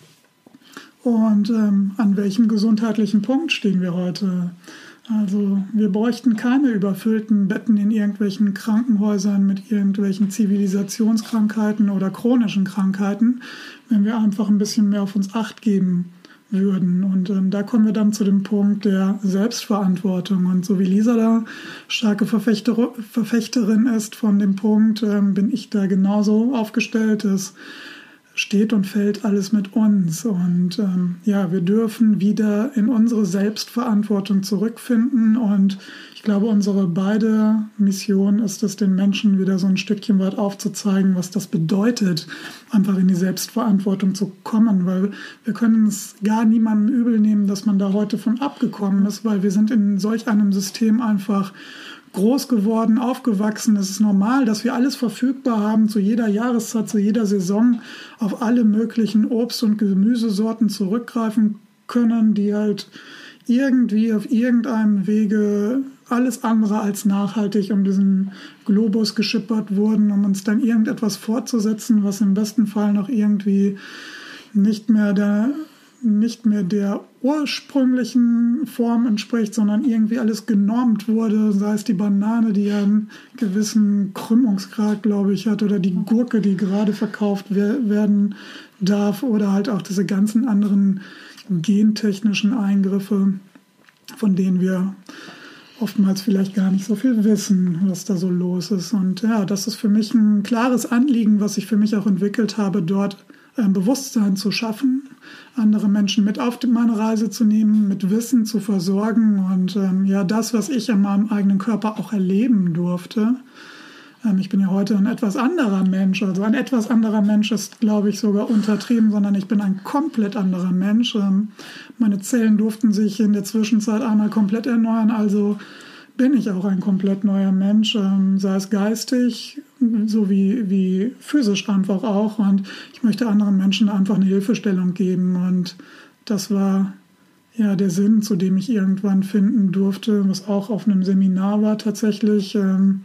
Und ähm, an welchem gesundheitlichen Punkt stehen wir heute? Also wir bräuchten keine überfüllten Betten in irgendwelchen Krankenhäusern mit irgendwelchen Zivilisationskrankheiten oder chronischen Krankheiten, wenn wir einfach ein bisschen mehr auf uns Acht geben würden. Und ähm, da kommen wir dann zu dem Punkt der Selbstverantwortung. Und so wie Lisa da starke Verfechter, Verfechterin ist von dem Punkt, ähm, bin ich da genauso aufgestellt, dass steht und fällt alles mit uns. Und ähm, ja, wir dürfen wieder in unsere Selbstverantwortung zurückfinden. Und ich glaube, unsere beide Mission ist es, den Menschen wieder so ein Stückchen weit aufzuzeigen, was das bedeutet, einfach in die Selbstverantwortung zu kommen. Weil wir können es gar niemandem übel nehmen, dass man da heute von abgekommen ist, weil wir sind in solch einem System einfach groß geworden, aufgewachsen. Es ist normal, dass wir alles verfügbar haben, zu jeder Jahreszeit, zu jeder Saison auf alle möglichen Obst- und Gemüsesorten zurückgreifen können, die halt irgendwie auf irgendeinem Wege alles andere als nachhaltig um diesen Globus geschippert wurden, um uns dann irgendetwas fortzusetzen, was im besten Fall noch irgendwie nicht mehr der nicht mehr der ursprünglichen Form entspricht, sondern irgendwie alles genormt wurde, sei es die Banane, die ja einen gewissen Krümmungsgrad, glaube ich, hat, oder die Gurke, die gerade verkauft wer- werden darf, oder halt auch diese ganzen anderen gentechnischen Eingriffe, von denen wir oftmals vielleicht gar nicht so viel wissen, was da so los ist. Und ja, das ist für mich ein klares Anliegen, was ich für mich auch entwickelt habe, dort ein Bewusstsein zu schaffen, andere Menschen mit auf meine Reise zu nehmen, mit Wissen zu versorgen und ähm, ja, das, was ich an meinem eigenen Körper auch erleben durfte. Ähm, ich bin ja heute ein etwas anderer Mensch, also ein etwas anderer Mensch ist, glaube ich, sogar untertrieben, sondern ich bin ein komplett anderer Mensch. Ähm, meine Zellen durften sich in der Zwischenzeit einmal komplett erneuern, also bin ich auch ein komplett neuer Mensch, ähm, sei es geistig, so wie, wie physisch einfach auch. Und ich möchte anderen Menschen einfach eine Hilfestellung geben. Und das war ja der Sinn, zu dem ich irgendwann finden durfte, was auch auf einem Seminar war tatsächlich, ähm,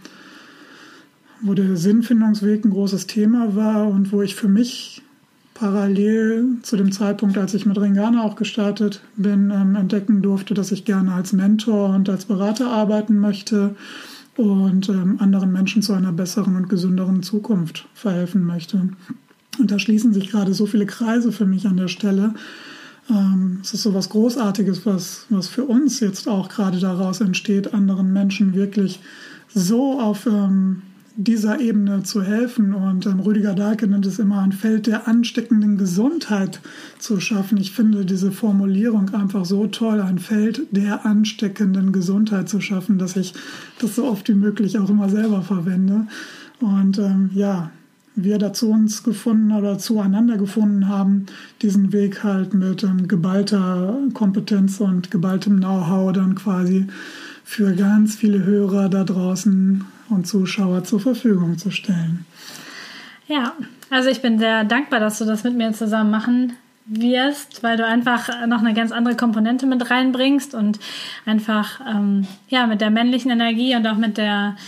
wo der Sinnfindungsweg ein großes Thema war und wo ich für mich parallel zu dem Zeitpunkt, als ich mit Ringana auch gestartet bin, ähm, entdecken durfte, dass ich gerne als Mentor und als Berater arbeiten möchte und ähm, anderen Menschen zu einer besseren und gesünderen Zukunft verhelfen möchte. Und da schließen sich gerade so viele Kreise für mich an der Stelle. Ähm, es ist so was Großartiges, was, was für uns jetzt auch gerade daraus entsteht, anderen Menschen wirklich so auf ähm, dieser Ebene zu helfen. Und ähm, Rüdiger Dahlke nennt es immer ein Feld der ansteckenden Gesundheit zu schaffen. Ich finde diese Formulierung einfach so toll, ein Feld der ansteckenden Gesundheit zu schaffen, dass ich das so oft wie möglich auch immer selber verwende. Und ähm, ja, wir dazu uns gefunden oder zueinander gefunden haben, diesen Weg halt mit ähm, geballter Kompetenz und geballtem Know-how dann quasi für ganz viele Hörer da draußen und Zuschauer zur Verfügung zu stellen. Ja, also ich bin sehr dankbar, dass du das mit mir zusammen machen wirst, weil du einfach noch eine ganz andere Komponente mit reinbringst und einfach ähm, ja mit der männlichen Energie und auch mit der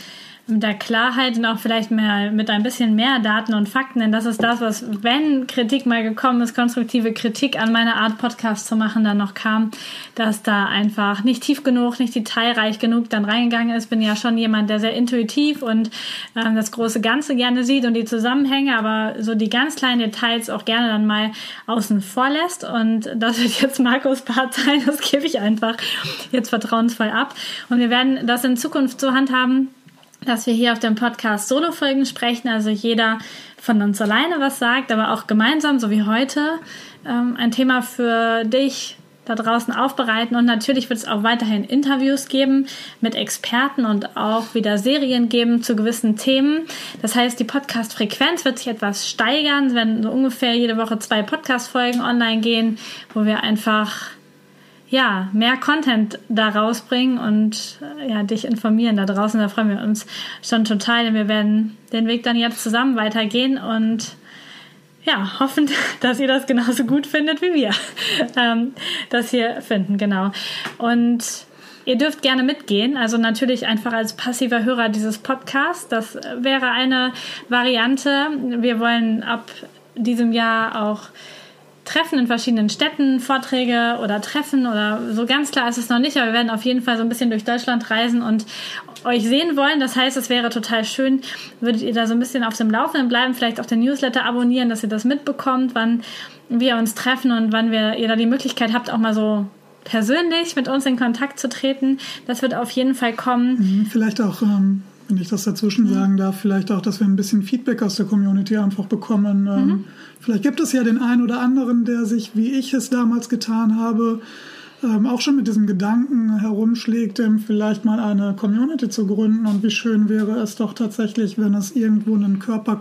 mit der Klarheit und auch vielleicht mehr mit ein bisschen mehr Daten und Fakten, denn das ist das, was, wenn Kritik mal gekommen ist, konstruktive Kritik an meiner Art, Podcast zu machen, dann noch kam, dass da einfach nicht tief genug, nicht detailreich genug dann reingegangen ist. Bin ja schon jemand, der sehr intuitiv und äh, das große Ganze gerne sieht und die Zusammenhänge, aber so die ganz kleinen Details auch gerne dann mal außen vor lässt, und das wird jetzt Marcos Part sein, das gebe ich einfach jetzt vertrauensvoll ab, und wir werden das in Zukunft so handhaben, dass wir hier auf dem Podcast Solo-Folgen sprechen, also jeder von uns alleine was sagt, aber auch gemeinsam, so wie heute, ähm, ein Thema für dich da draußen aufbereiten, und natürlich wird es auch weiterhin Interviews geben mit Experten und auch wieder Serien geben zu gewissen Themen. Das heißt, die Podcast-Frequenz wird sich etwas steigern, es werden so ungefähr jede Woche zwei Podcast-Folgen online gehen, wo wir einfach ja, mehr Content da rausbringen und ja, dich informieren da draußen. Da freuen wir uns schon total, denn wir werden den Weg dann jetzt zusammen weitergehen und ja, hoffen, dass ihr das genauso gut findet wie wir, ähm, das hier finden, genau. Und ihr dürft gerne mitgehen, also natürlich einfach als passiver Hörer dieses Podcasts. Das wäre eine Variante. Wir wollen ab diesem Jahr auch Treffen in verschiedenen Städten, Vorträge oder Treffen oder so, ganz klar ist es noch nicht, aber wir werden auf jeden Fall so ein bisschen durch Deutschland reisen und euch sehen wollen. Das heißt, es wäre total schön, würdet ihr da so ein bisschen auf dem Laufenden bleiben, vielleicht auch den Newsletter abonnieren, dass ihr das mitbekommt, wann wir uns treffen und wann wir, ihr da die Möglichkeit habt, auch mal so persönlich mit uns in Kontakt zu treten. Das wird auf jeden Fall kommen. Vielleicht auch, ähm, wenn ich das dazwischen mhm. sagen darf, vielleicht auch, dass wir ein bisschen Feedback aus der Community einfach bekommen. Ähm, mhm. Vielleicht gibt es ja den einen oder anderen, der sich, wie ich es damals getan habe, ähm, auch schon mit diesem Gedanken herumschlägt, ähm, vielleicht mal eine Community zu gründen. Und wie schön wäre es doch tatsächlich, wenn es irgendwo einen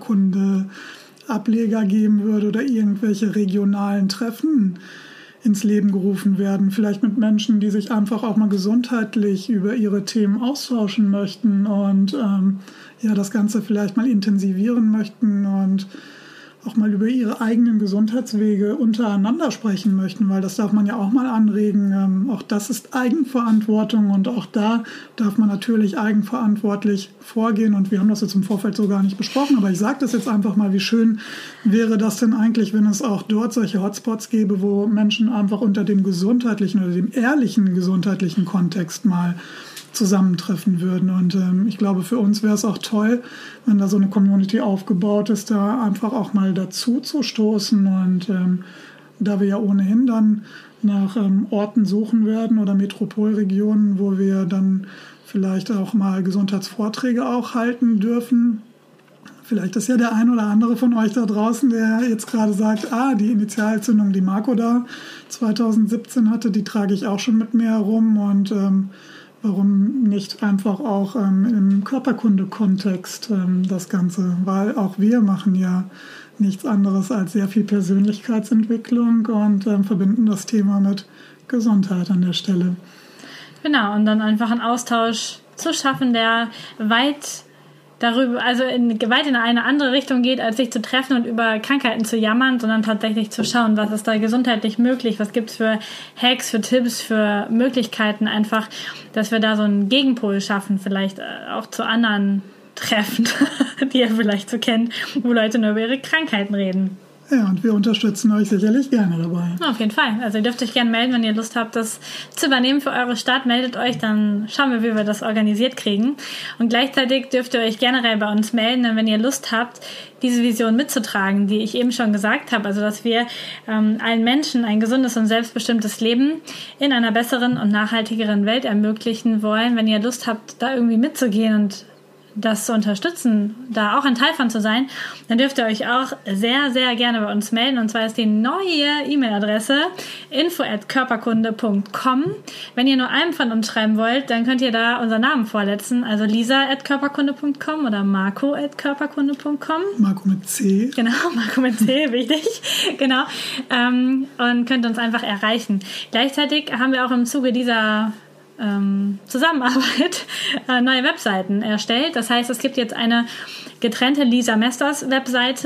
Körperkunde-Ableger geben würde oder irgendwelche regionalen Treffen ins Leben gerufen werden. Vielleicht mit Menschen, die sich einfach auch mal gesundheitlich über ihre Themen austauschen möchten und ähm, ja, das Ganze vielleicht mal intensivieren möchten und auch mal über ihre eigenen Gesundheitswege untereinander sprechen möchten, weil das darf man ja auch mal anregen. Ähm, auch das ist Eigenverantwortung und auch da darf man natürlich eigenverantwortlich vorgehen, und wir haben das jetzt im Vorfeld so gar nicht besprochen, aber ich sage das jetzt einfach mal, wie schön wäre das denn eigentlich, wenn es auch dort solche Hotspots gäbe, wo Menschen einfach unter dem gesundheitlichen oder dem ehrlichen gesundheitlichen Kontext mal zusammentreffen würden. Und ähm, ich glaube, für uns wäre es auch toll, wenn da so eine Community aufgebaut ist, da einfach auch mal dazu zu stoßen. Und ähm, da wir ja ohnehin dann nach ähm, Orten suchen werden oder Metropolregionen, wo wir dann vielleicht auch mal Gesundheitsvorträge auch halten dürfen. Vielleicht ist ja der ein oder andere von euch da draußen, der jetzt gerade sagt, ah, die Initialzündung, die Marco da zwanzig siebzehn hatte, die trage ich auch schon mit mir herum, und ähm, warum nicht einfach auch ähm, im Körperkunde-Kontext ähm, das Ganze? Weil auch wir machen ja nichts anderes als sehr viel Persönlichkeitsentwicklung und ähm, verbinden das Thema mit Gesundheit an der Stelle. Genau, und dann einfach einen Austausch zu schaffen, der weit darüber, also in, weit in eine andere Richtung geht, als sich zu treffen und über Krankheiten zu jammern, sondern tatsächlich zu schauen, was ist da gesundheitlich möglich, was gibt es für Hacks, für Tipps, für Möglichkeiten einfach, dass wir da so einen Gegenpol schaffen, vielleicht auch zu anderen Treffen, die ihr vielleicht so kennt, wo Leute nur über ihre Krankheiten reden. Ja, und wir unterstützen euch sicherlich gerne dabei. Auf jeden Fall. Also ihr dürft euch gerne melden, wenn ihr Lust habt, das zu übernehmen für eure Stadt. Meldet euch, dann schauen wir, wie wir das organisiert kriegen. Und gleichzeitig dürft ihr euch generell bei uns melden, denn wenn ihr Lust habt, diese Vision mitzutragen, die ich eben schon gesagt habe, also dass wir ähm, allen Menschen ein gesundes und selbstbestimmtes Leben in einer besseren und nachhaltigeren Welt ermöglichen wollen. Wenn ihr Lust habt, da irgendwie mitzugehen und das zu unterstützen, da auch ein Teil von zu sein, dann dürft ihr euch auch sehr, sehr gerne bei uns melden. Und zwar ist die neue E-Mail-Adresse info at körperkunde punkt com. Wenn ihr nur einem von uns schreiben wollt, dann könnt ihr da unseren Namen vorletzen. Also Lisa at körperkunde punkt com oder Marco at körperkunde punkt com. Marco mit C. Genau, Marco mit C, wichtig. Genau. Ähm, und könnt uns einfach erreichen. Gleichzeitig haben wir auch im Zuge dieser Ähm, Zusammenarbeit äh, neue Webseiten erstellt. Das heißt, es gibt jetzt eine getrennte Lisa Mesters Webseite,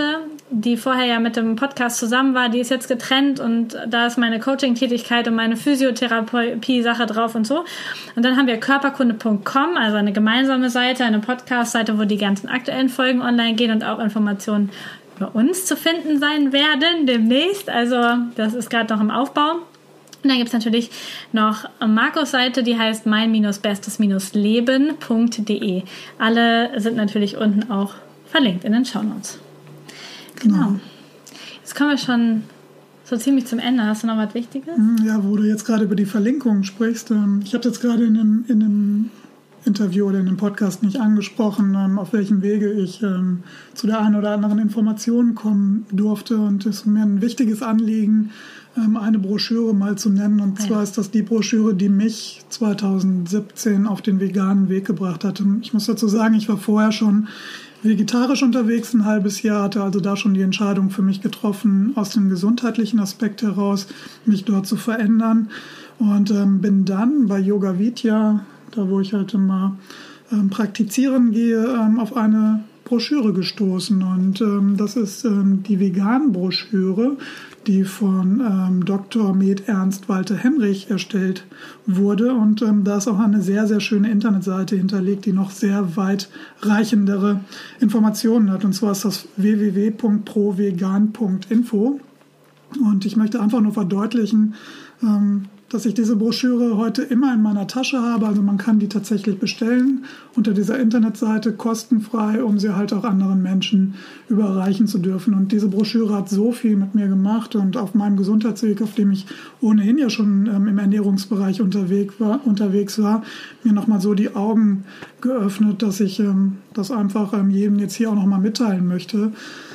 die vorher ja mit dem Podcast zusammen war, die ist jetzt getrennt und da ist meine Coaching-Tätigkeit und meine Physiotherapie-Sache drauf und so. Und dann haben wir körperkunde punkt com, also eine gemeinsame Seite, eine Podcast-Seite, wo die ganzen aktuellen Folgen online gehen und auch Informationen über uns zu finden sein werden demnächst. Also das ist gerade noch im Aufbau. Und dann gibt es natürlich noch Marcos Seite, die heißt mein-bestes-leben punkt de. Alle sind natürlich unten auch verlinkt in den Shownotes. Genau. Jetzt kommen wir schon so ziemlich zum Ende. Hast du noch was Wichtiges? Ja, wo du jetzt gerade über die Verlinkungen sprichst. Ich habe jetzt gerade in einem, in einem Interview oder in einem Podcast nicht angesprochen, auf welchem Wege ich ähm, zu der einen oder anderen Information kommen durfte. Und es ist mir ein wichtiges Anliegen, ähm, eine Broschüre mal zu nennen. Und zwar ist das die Broschüre, die mich zwanzig siebzehn auf den veganen Weg gebracht hat. Und ich muss dazu sagen, ich war vorher schon vegetarisch unterwegs ein halbes Jahr, hatte also da schon die Entscheidung für mich getroffen, aus dem gesundheitlichen Aspekt heraus mich dort zu verändern und ähm, bin dann bei Yoga Vidya, da wo ich halt immer ähm, praktizieren gehe, ähm, auf eine Broschüre gestoßen und ähm, das ist ähm, die Vegan-Broschüre, die von ähm, Doktor Med Ernst Walter Henrich erstellt wurde. Und ähm, da ist auch eine sehr, sehr schöne Internetseite hinterlegt, die noch sehr weitreichendere Informationen hat. Und zwar ist das w w w punkt provegan punkt info. Und ich möchte einfach nur verdeutlichen, ähm, dass ich diese Broschüre heute immer in meiner Tasche habe. Also man kann die tatsächlich bestellen unter dieser Internetseite kostenfrei, um sie halt auch anderen Menschen überreichen zu dürfen. Und diese Broschüre hat so viel mit mir gemacht und auf meinem Gesundheitsweg, auf dem ich ohnehin ja schon ähm, im Ernährungsbereich unterwegs war, unterwegs war, mir nochmal so die Augen geöffnet, dass ich ähm, das einfach ähm, jedem jetzt hier auch nochmal mitteilen möchte.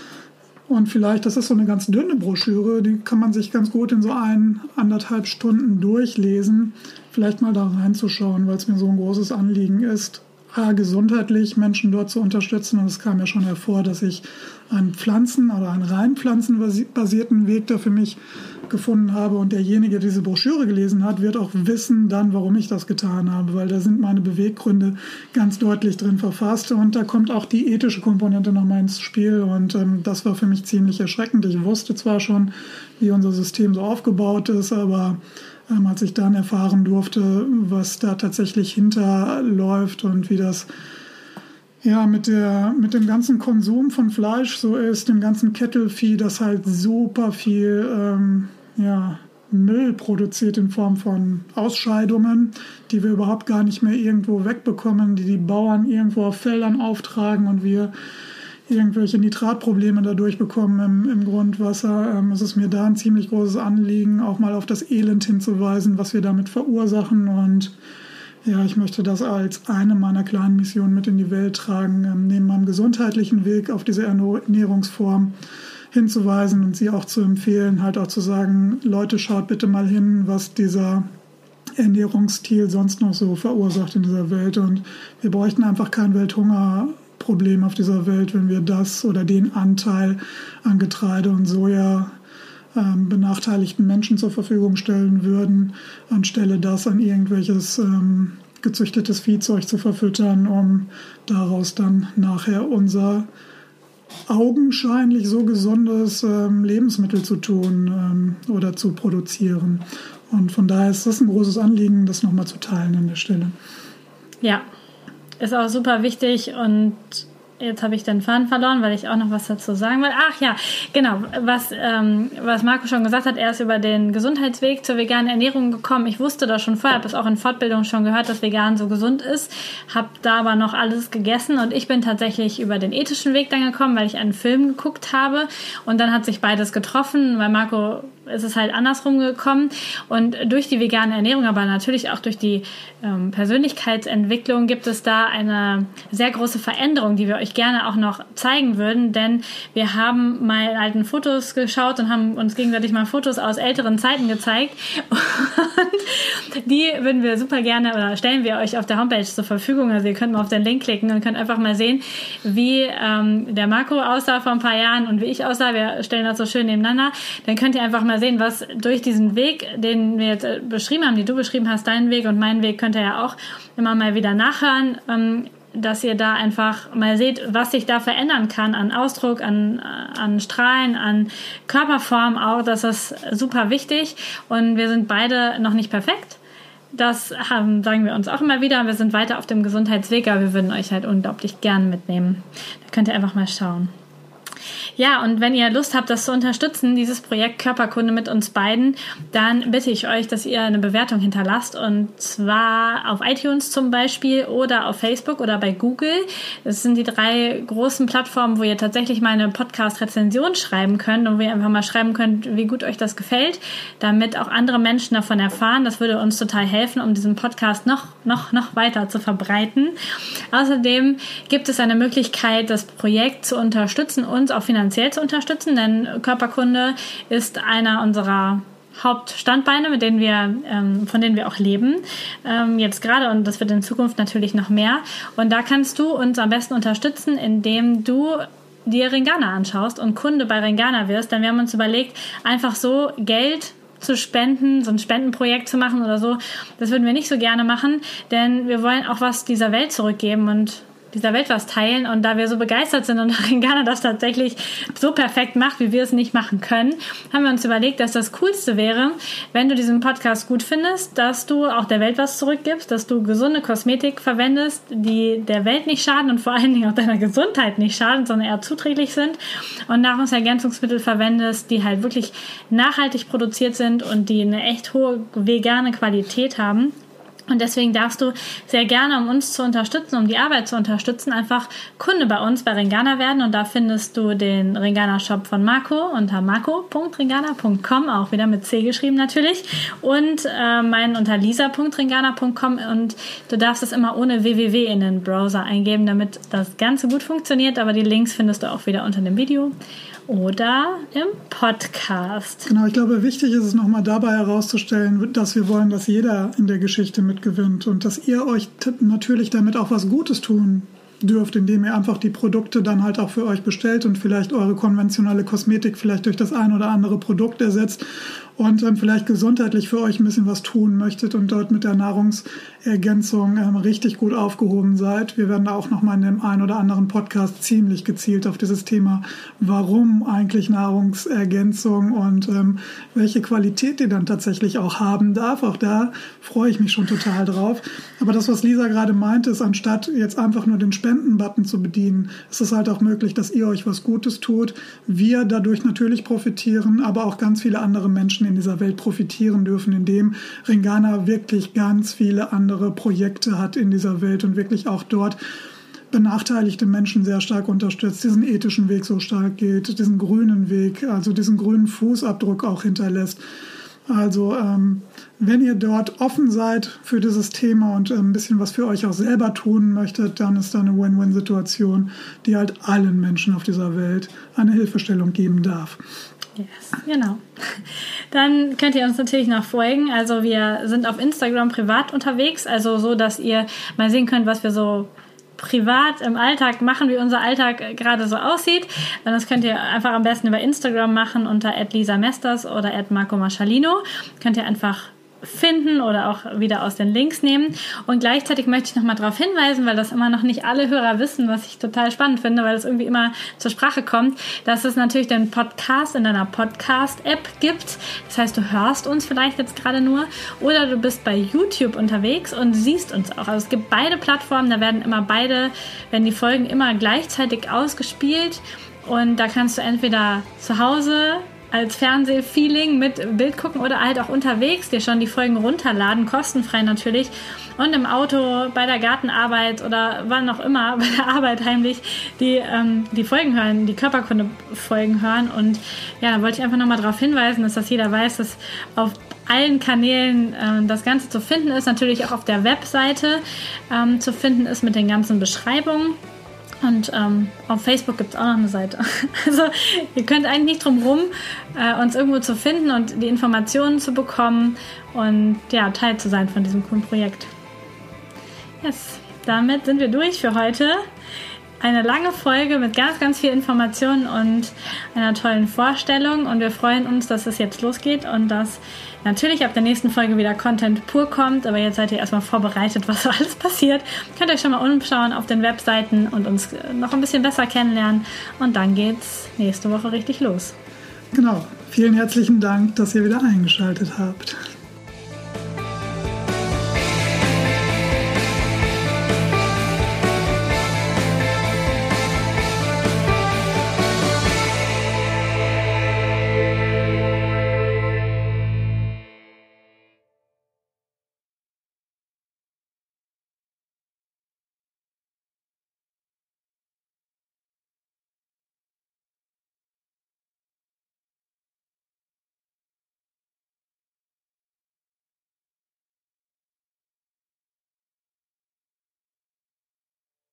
Und vielleicht, das ist so eine ganz dünne Broschüre, die kann man sich ganz gut in so ein, anderthalb Stunden durchlesen. Vielleicht mal da reinzuschauen, weil es mir so ein großes Anliegen ist, A, gesundheitlich Menschen dort zu unterstützen. Und es kam ja schon hervor, dass ich einen Pflanzen- oder einen rein pflanzenbasierten Weg da für mich gefunden habe. Und derjenige, der diese Broschüre gelesen hat, wird auch wissen dann, warum ich das getan habe, weil da sind meine Beweggründe ganz deutlich drin verfasst. Und da kommt auch die ethische Komponente nochmal ins Spiel. Und ähm, das war für mich ziemlich erschreckend. Ich wusste zwar schon, wie unser System so aufgebaut ist, aber ähm, als ich dann erfahren durfte, was da tatsächlich hinterläuft und wie das ja, mit, der, mit dem ganzen Konsum von Fleisch so ist, dem ganzen Kettelvieh, das halt super viel ähm, ja, Müll produziert in Form von Ausscheidungen, die wir überhaupt gar nicht mehr irgendwo wegbekommen, die die Bauern irgendwo auf Feldern auftragen und wir irgendwelche Nitratprobleme dadurch bekommen im, im Grundwasser. Ähm, es ist mir da ein ziemlich großes Anliegen, auch mal auf das Elend hinzuweisen, was wir damit verursachen. Und ja, ich möchte das als eine meiner kleinen Missionen mit in die Welt tragen, ähm, neben meinem gesundheitlichen Weg auf diese Ernährungsform hinzuweisen und sie auch zu empfehlen, halt auch zu sagen, Leute, schaut bitte mal hin, was dieser Ernährungsstil sonst noch so verursacht in dieser Welt. Und wir bräuchten einfach kein Welthungerproblem auf dieser Welt, wenn wir das oder den Anteil an Getreide und Soja ähm, benachteiligten Menschen zur Verfügung stellen würden, anstelle das an irgendwelches ähm, gezüchtetes Viehzeug zu verfüttern, um daraus dann nachher unser augenscheinlich so gesundes ähm, Lebensmittel zu tun ähm, oder zu produzieren. Und von daher ist das ein großes Anliegen, das nochmal zu teilen an der Stelle. Ja, ist auch super wichtig und jetzt habe ich den Faden verloren, weil ich auch noch was dazu sagen will. Ach ja, genau, was, ähm, was Marco schon gesagt hat, er ist über den Gesundheitsweg zur veganen Ernährung gekommen. Ich wusste das schon vorher, habe es auch in Fortbildung schon gehört, dass vegan so gesund ist, habe da aber noch alles gegessen und ich bin tatsächlich über den ethischen Weg dann gekommen, weil ich einen Film geguckt habe und dann hat sich beides getroffen, weil Marco ist es halt andersrum gekommen und durch die vegane Ernährung, aber natürlich auch durch die ähm, Persönlichkeitsentwicklung gibt es da eine sehr große Veränderung, die wir euch gerne auch noch zeigen würden, denn wir haben mal in alten Fotos geschaut und haben uns gegenseitig mal Fotos aus älteren Zeiten gezeigt und die würden wir super gerne oder stellen wir euch auf der Homepage zur Verfügung, also ihr könnt mal auf den Link klicken und könnt einfach mal sehen, wie ähm, der Marco aussah vor ein paar Jahren und wie ich aussah, wir stellen das so schön nebeneinander, dann könnt ihr einfach mal sehen, was durch diesen Weg, den wir jetzt beschrieben haben, die du beschrieben hast, deinen Weg und meinen Weg, könnt ihr ja auch immer mal wieder nachhören, ähm, dass ihr da einfach mal seht, was sich da verändern kann an Ausdruck, an, an Strahlen, an Körperform auch. Das ist super wichtig. Und wir sind beide noch nicht perfekt. Das haben, sagen wir uns auch immer wieder. Wir sind weiter auf dem Gesundheitsweg, aber wir würden euch halt unglaublich gern mitnehmen. Da könnt ihr einfach mal schauen. Ja, und wenn ihr Lust habt, das zu unterstützen, dieses Projekt Körperkunde mit uns beiden, dann bitte ich euch, dass ihr eine Bewertung hinterlasst, und zwar auf iTunes zum Beispiel oder auf Facebook oder bei Google. Das sind die drei großen Plattformen, wo ihr tatsächlich mal eine Podcast-Rezension schreiben könnt und wo ihr einfach mal schreiben könnt, wie gut euch das gefällt, damit auch andere Menschen davon erfahren. Das würde uns total helfen, um diesen Podcast noch, noch, noch weiter zu verbreiten. Außerdem gibt es eine Möglichkeit, das Projekt zu unterstützen, uns auch finanziell zu unterstützen, denn Körperkunde ist einer unserer Hauptstandbeine, mit denen wir, ähm, von denen wir auch leben, ähm, jetzt gerade, und das wird in Zukunft natürlich noch mehr. Und da kannst du uns am besten unterstützen, indem du dir Ringana anschaust und Kunde bei Ringana wirst, denn wir haben uns überlegt, einfach so Geld zu spenden, so ein Spendenprojekt zu machen oder so, das würden wir nicht so gerne machen, denn wir wollen auch was dieser Welt zurückgeben und dieser Welt was teilen, und da wir so begeistert sind und Ringana das tatsächlich so perfekt macht, wie wir es nicht machen können, haben wir uns überlegt, dass das Coolste wäre, wenn du diesen Podcast gut findest, dass du auch der Welt was zurückgibst, dass du gesunde Kosmetik verwendest, die der Welt nicht schaden und vor allen Dingen auch deiner Gesundheit nicht schaden, sondern eher zuträglich sind, und Nahrungsergänzungsmittel verwendest, die halt wirklich nachhaltig produziert sind und die eine echt hohe vegane Qualität haben. Und deswegen darfst du sehr gerne, um uns zu unterstützen, um die Arbeit zu unterstützen, einfach Kunde bei uns bei Ringana werden. Und da findest du den Ringana-Shop von Marco unter marco punkt ringana punkt com, auch wieder mit C geschrieben natürlich. Und äh, meinen unter lisa punkt ringana punkt com. Und du darfst es immer ohne www in den Browser eingeben, damit das Ganze gut funktioniert. Aber die Links findest du auch wieder unter dem Video oder im Podcast. Genau, ich glaube, wichtig ist es nochmal dabei herauszustellen, dass wir wollen, dass jeder in der Geschichte mitgewinnt und dass ihr euch t- natürlich damit auch was Gutes tun dürft, indem ihr einfach die Produkte dann halt auch für euch bestellt und vielleicht eure konventionelle Kosmetik vielleicht durch das ein oder andere Produkt ersetzt und ähm, vielleicht gesundheitlich für euch ein bisschen was tun möchtet und dort mit der Nahrungsergänzung ähm, richtig gut aufgehoben seid. Wir werden da auch nochmal in dem einen oder anderen Podcast ziemlich gezielt auf dieses Thema, warum eigentlich Nahrungsergänzung und ähm, welche Qualität die dann tatsächlich auch haben darf. Auch da freue ich mich schon total drauf. Aber das, was Lisa gerade meinte, ist, anstatt jetzt einfach nur den Spenden-Button zu bedienen, ist es halt auch möglich, dass ihr euch was Gutes tut. Wir dadurch natürlich profitieren, aber auch ganz viele andere Menschen in dieser Welt profitieren dürfen, indem Ringana wirklich ganz viele andere Projekte hat in dieser Welt und wirklich auch dort benachteiligte Menschen sehr stark unterstützt, diesen ethischen Weg so stark geht, diesen grünen Weg, also diesen grünen Fußabdruck auch hinterlässt. Also ähm, wenn ihr dort offen seid für dieses Thema und äh, ein bisschen was für euch auch selber tun möchtet, dann ist da eine Win-Win-Situation, die halt allen Menschen auf dieser Welt eine Hilfestellung geben darf. Yes, genau. Dann könnt ihr uns natürlich noch folgen. Also wir sind auf Instagram privat unterwegs, also so, dass ihr mal sehen könnt, was wir so privat im Alltag machen, wie unser Alltag gerade so aussieht. Und das könnt ihr einfach am besten über Instagram machen unter at lisa mesters oder at marco marschalino. Könnt ihr einfach finden oder auch wieder aus den Links nehmen. Und gleichzeitig möchte ich nochmal darauf hinweisen, weil das immer noch nicht alle Hörer wissen, was ich total spannend finde, weil es irgendwie immer zur Sprache kommt, dass es natürlich den Podcast in deiner Podcast-App gibt. Das heißt, du hörst uns vielleicht jetzt gerade nur oder du bist bei YouTube unterwegs und siehst uns auch. Also es gibt beide Plattformen, da werden immer beide, werden die Folgen immer gleichzeitig ausgespielt und da kannst du entweder zu Hause als Fernsehfeeling mit Bild gucken oder halt auch unterwegs dir schon die Folgen runterladen, kostenfrei natürlich, und im Auto, bei der Gartenarbeit oder wann auch immer, bei der Arbeit heimlich die, ähm, die Folgen hören, die Körperkunde-Folgen hören. Und ja, da wollte ich einfach nochmal darauf hinweisen, dass das jeder weiß, dass auf allen Kanälen ähm, das Ganze zu finden ist, natürlich auch auf der Webseite ähm, zu finden ist mit den ganzen Beschreibungen. Und ähm, auf Facebook gibt es auch noch eine Seite. Also ihr könnt eigentlich nicht drum rum, äh, uns irgendwo zu finden und die Informationen zu bekommen und ja, Teil zu sein von diesem coolen Projekt. Yes, damit sind wir durch für heute. eine lange Folge mit ganz, ganz viel Informationen und einer tollen Vorstellung. Und wir freuen uns, dass es jetzt losgeht und dass natürlich ab der nächsten Folge wieder Content pur kommt. Aber jetzt seid ihr erstmal vorbereitet, was so alles passiert. Könnt euch schon mal umschauen auf den Webseiten und uns noch ein bisschen besser kennenlernen. Und dann geht's nächste Woche richtig los. Genau. Vielen herzlichen Dank, dass ihr wieder eingeschaltet habt.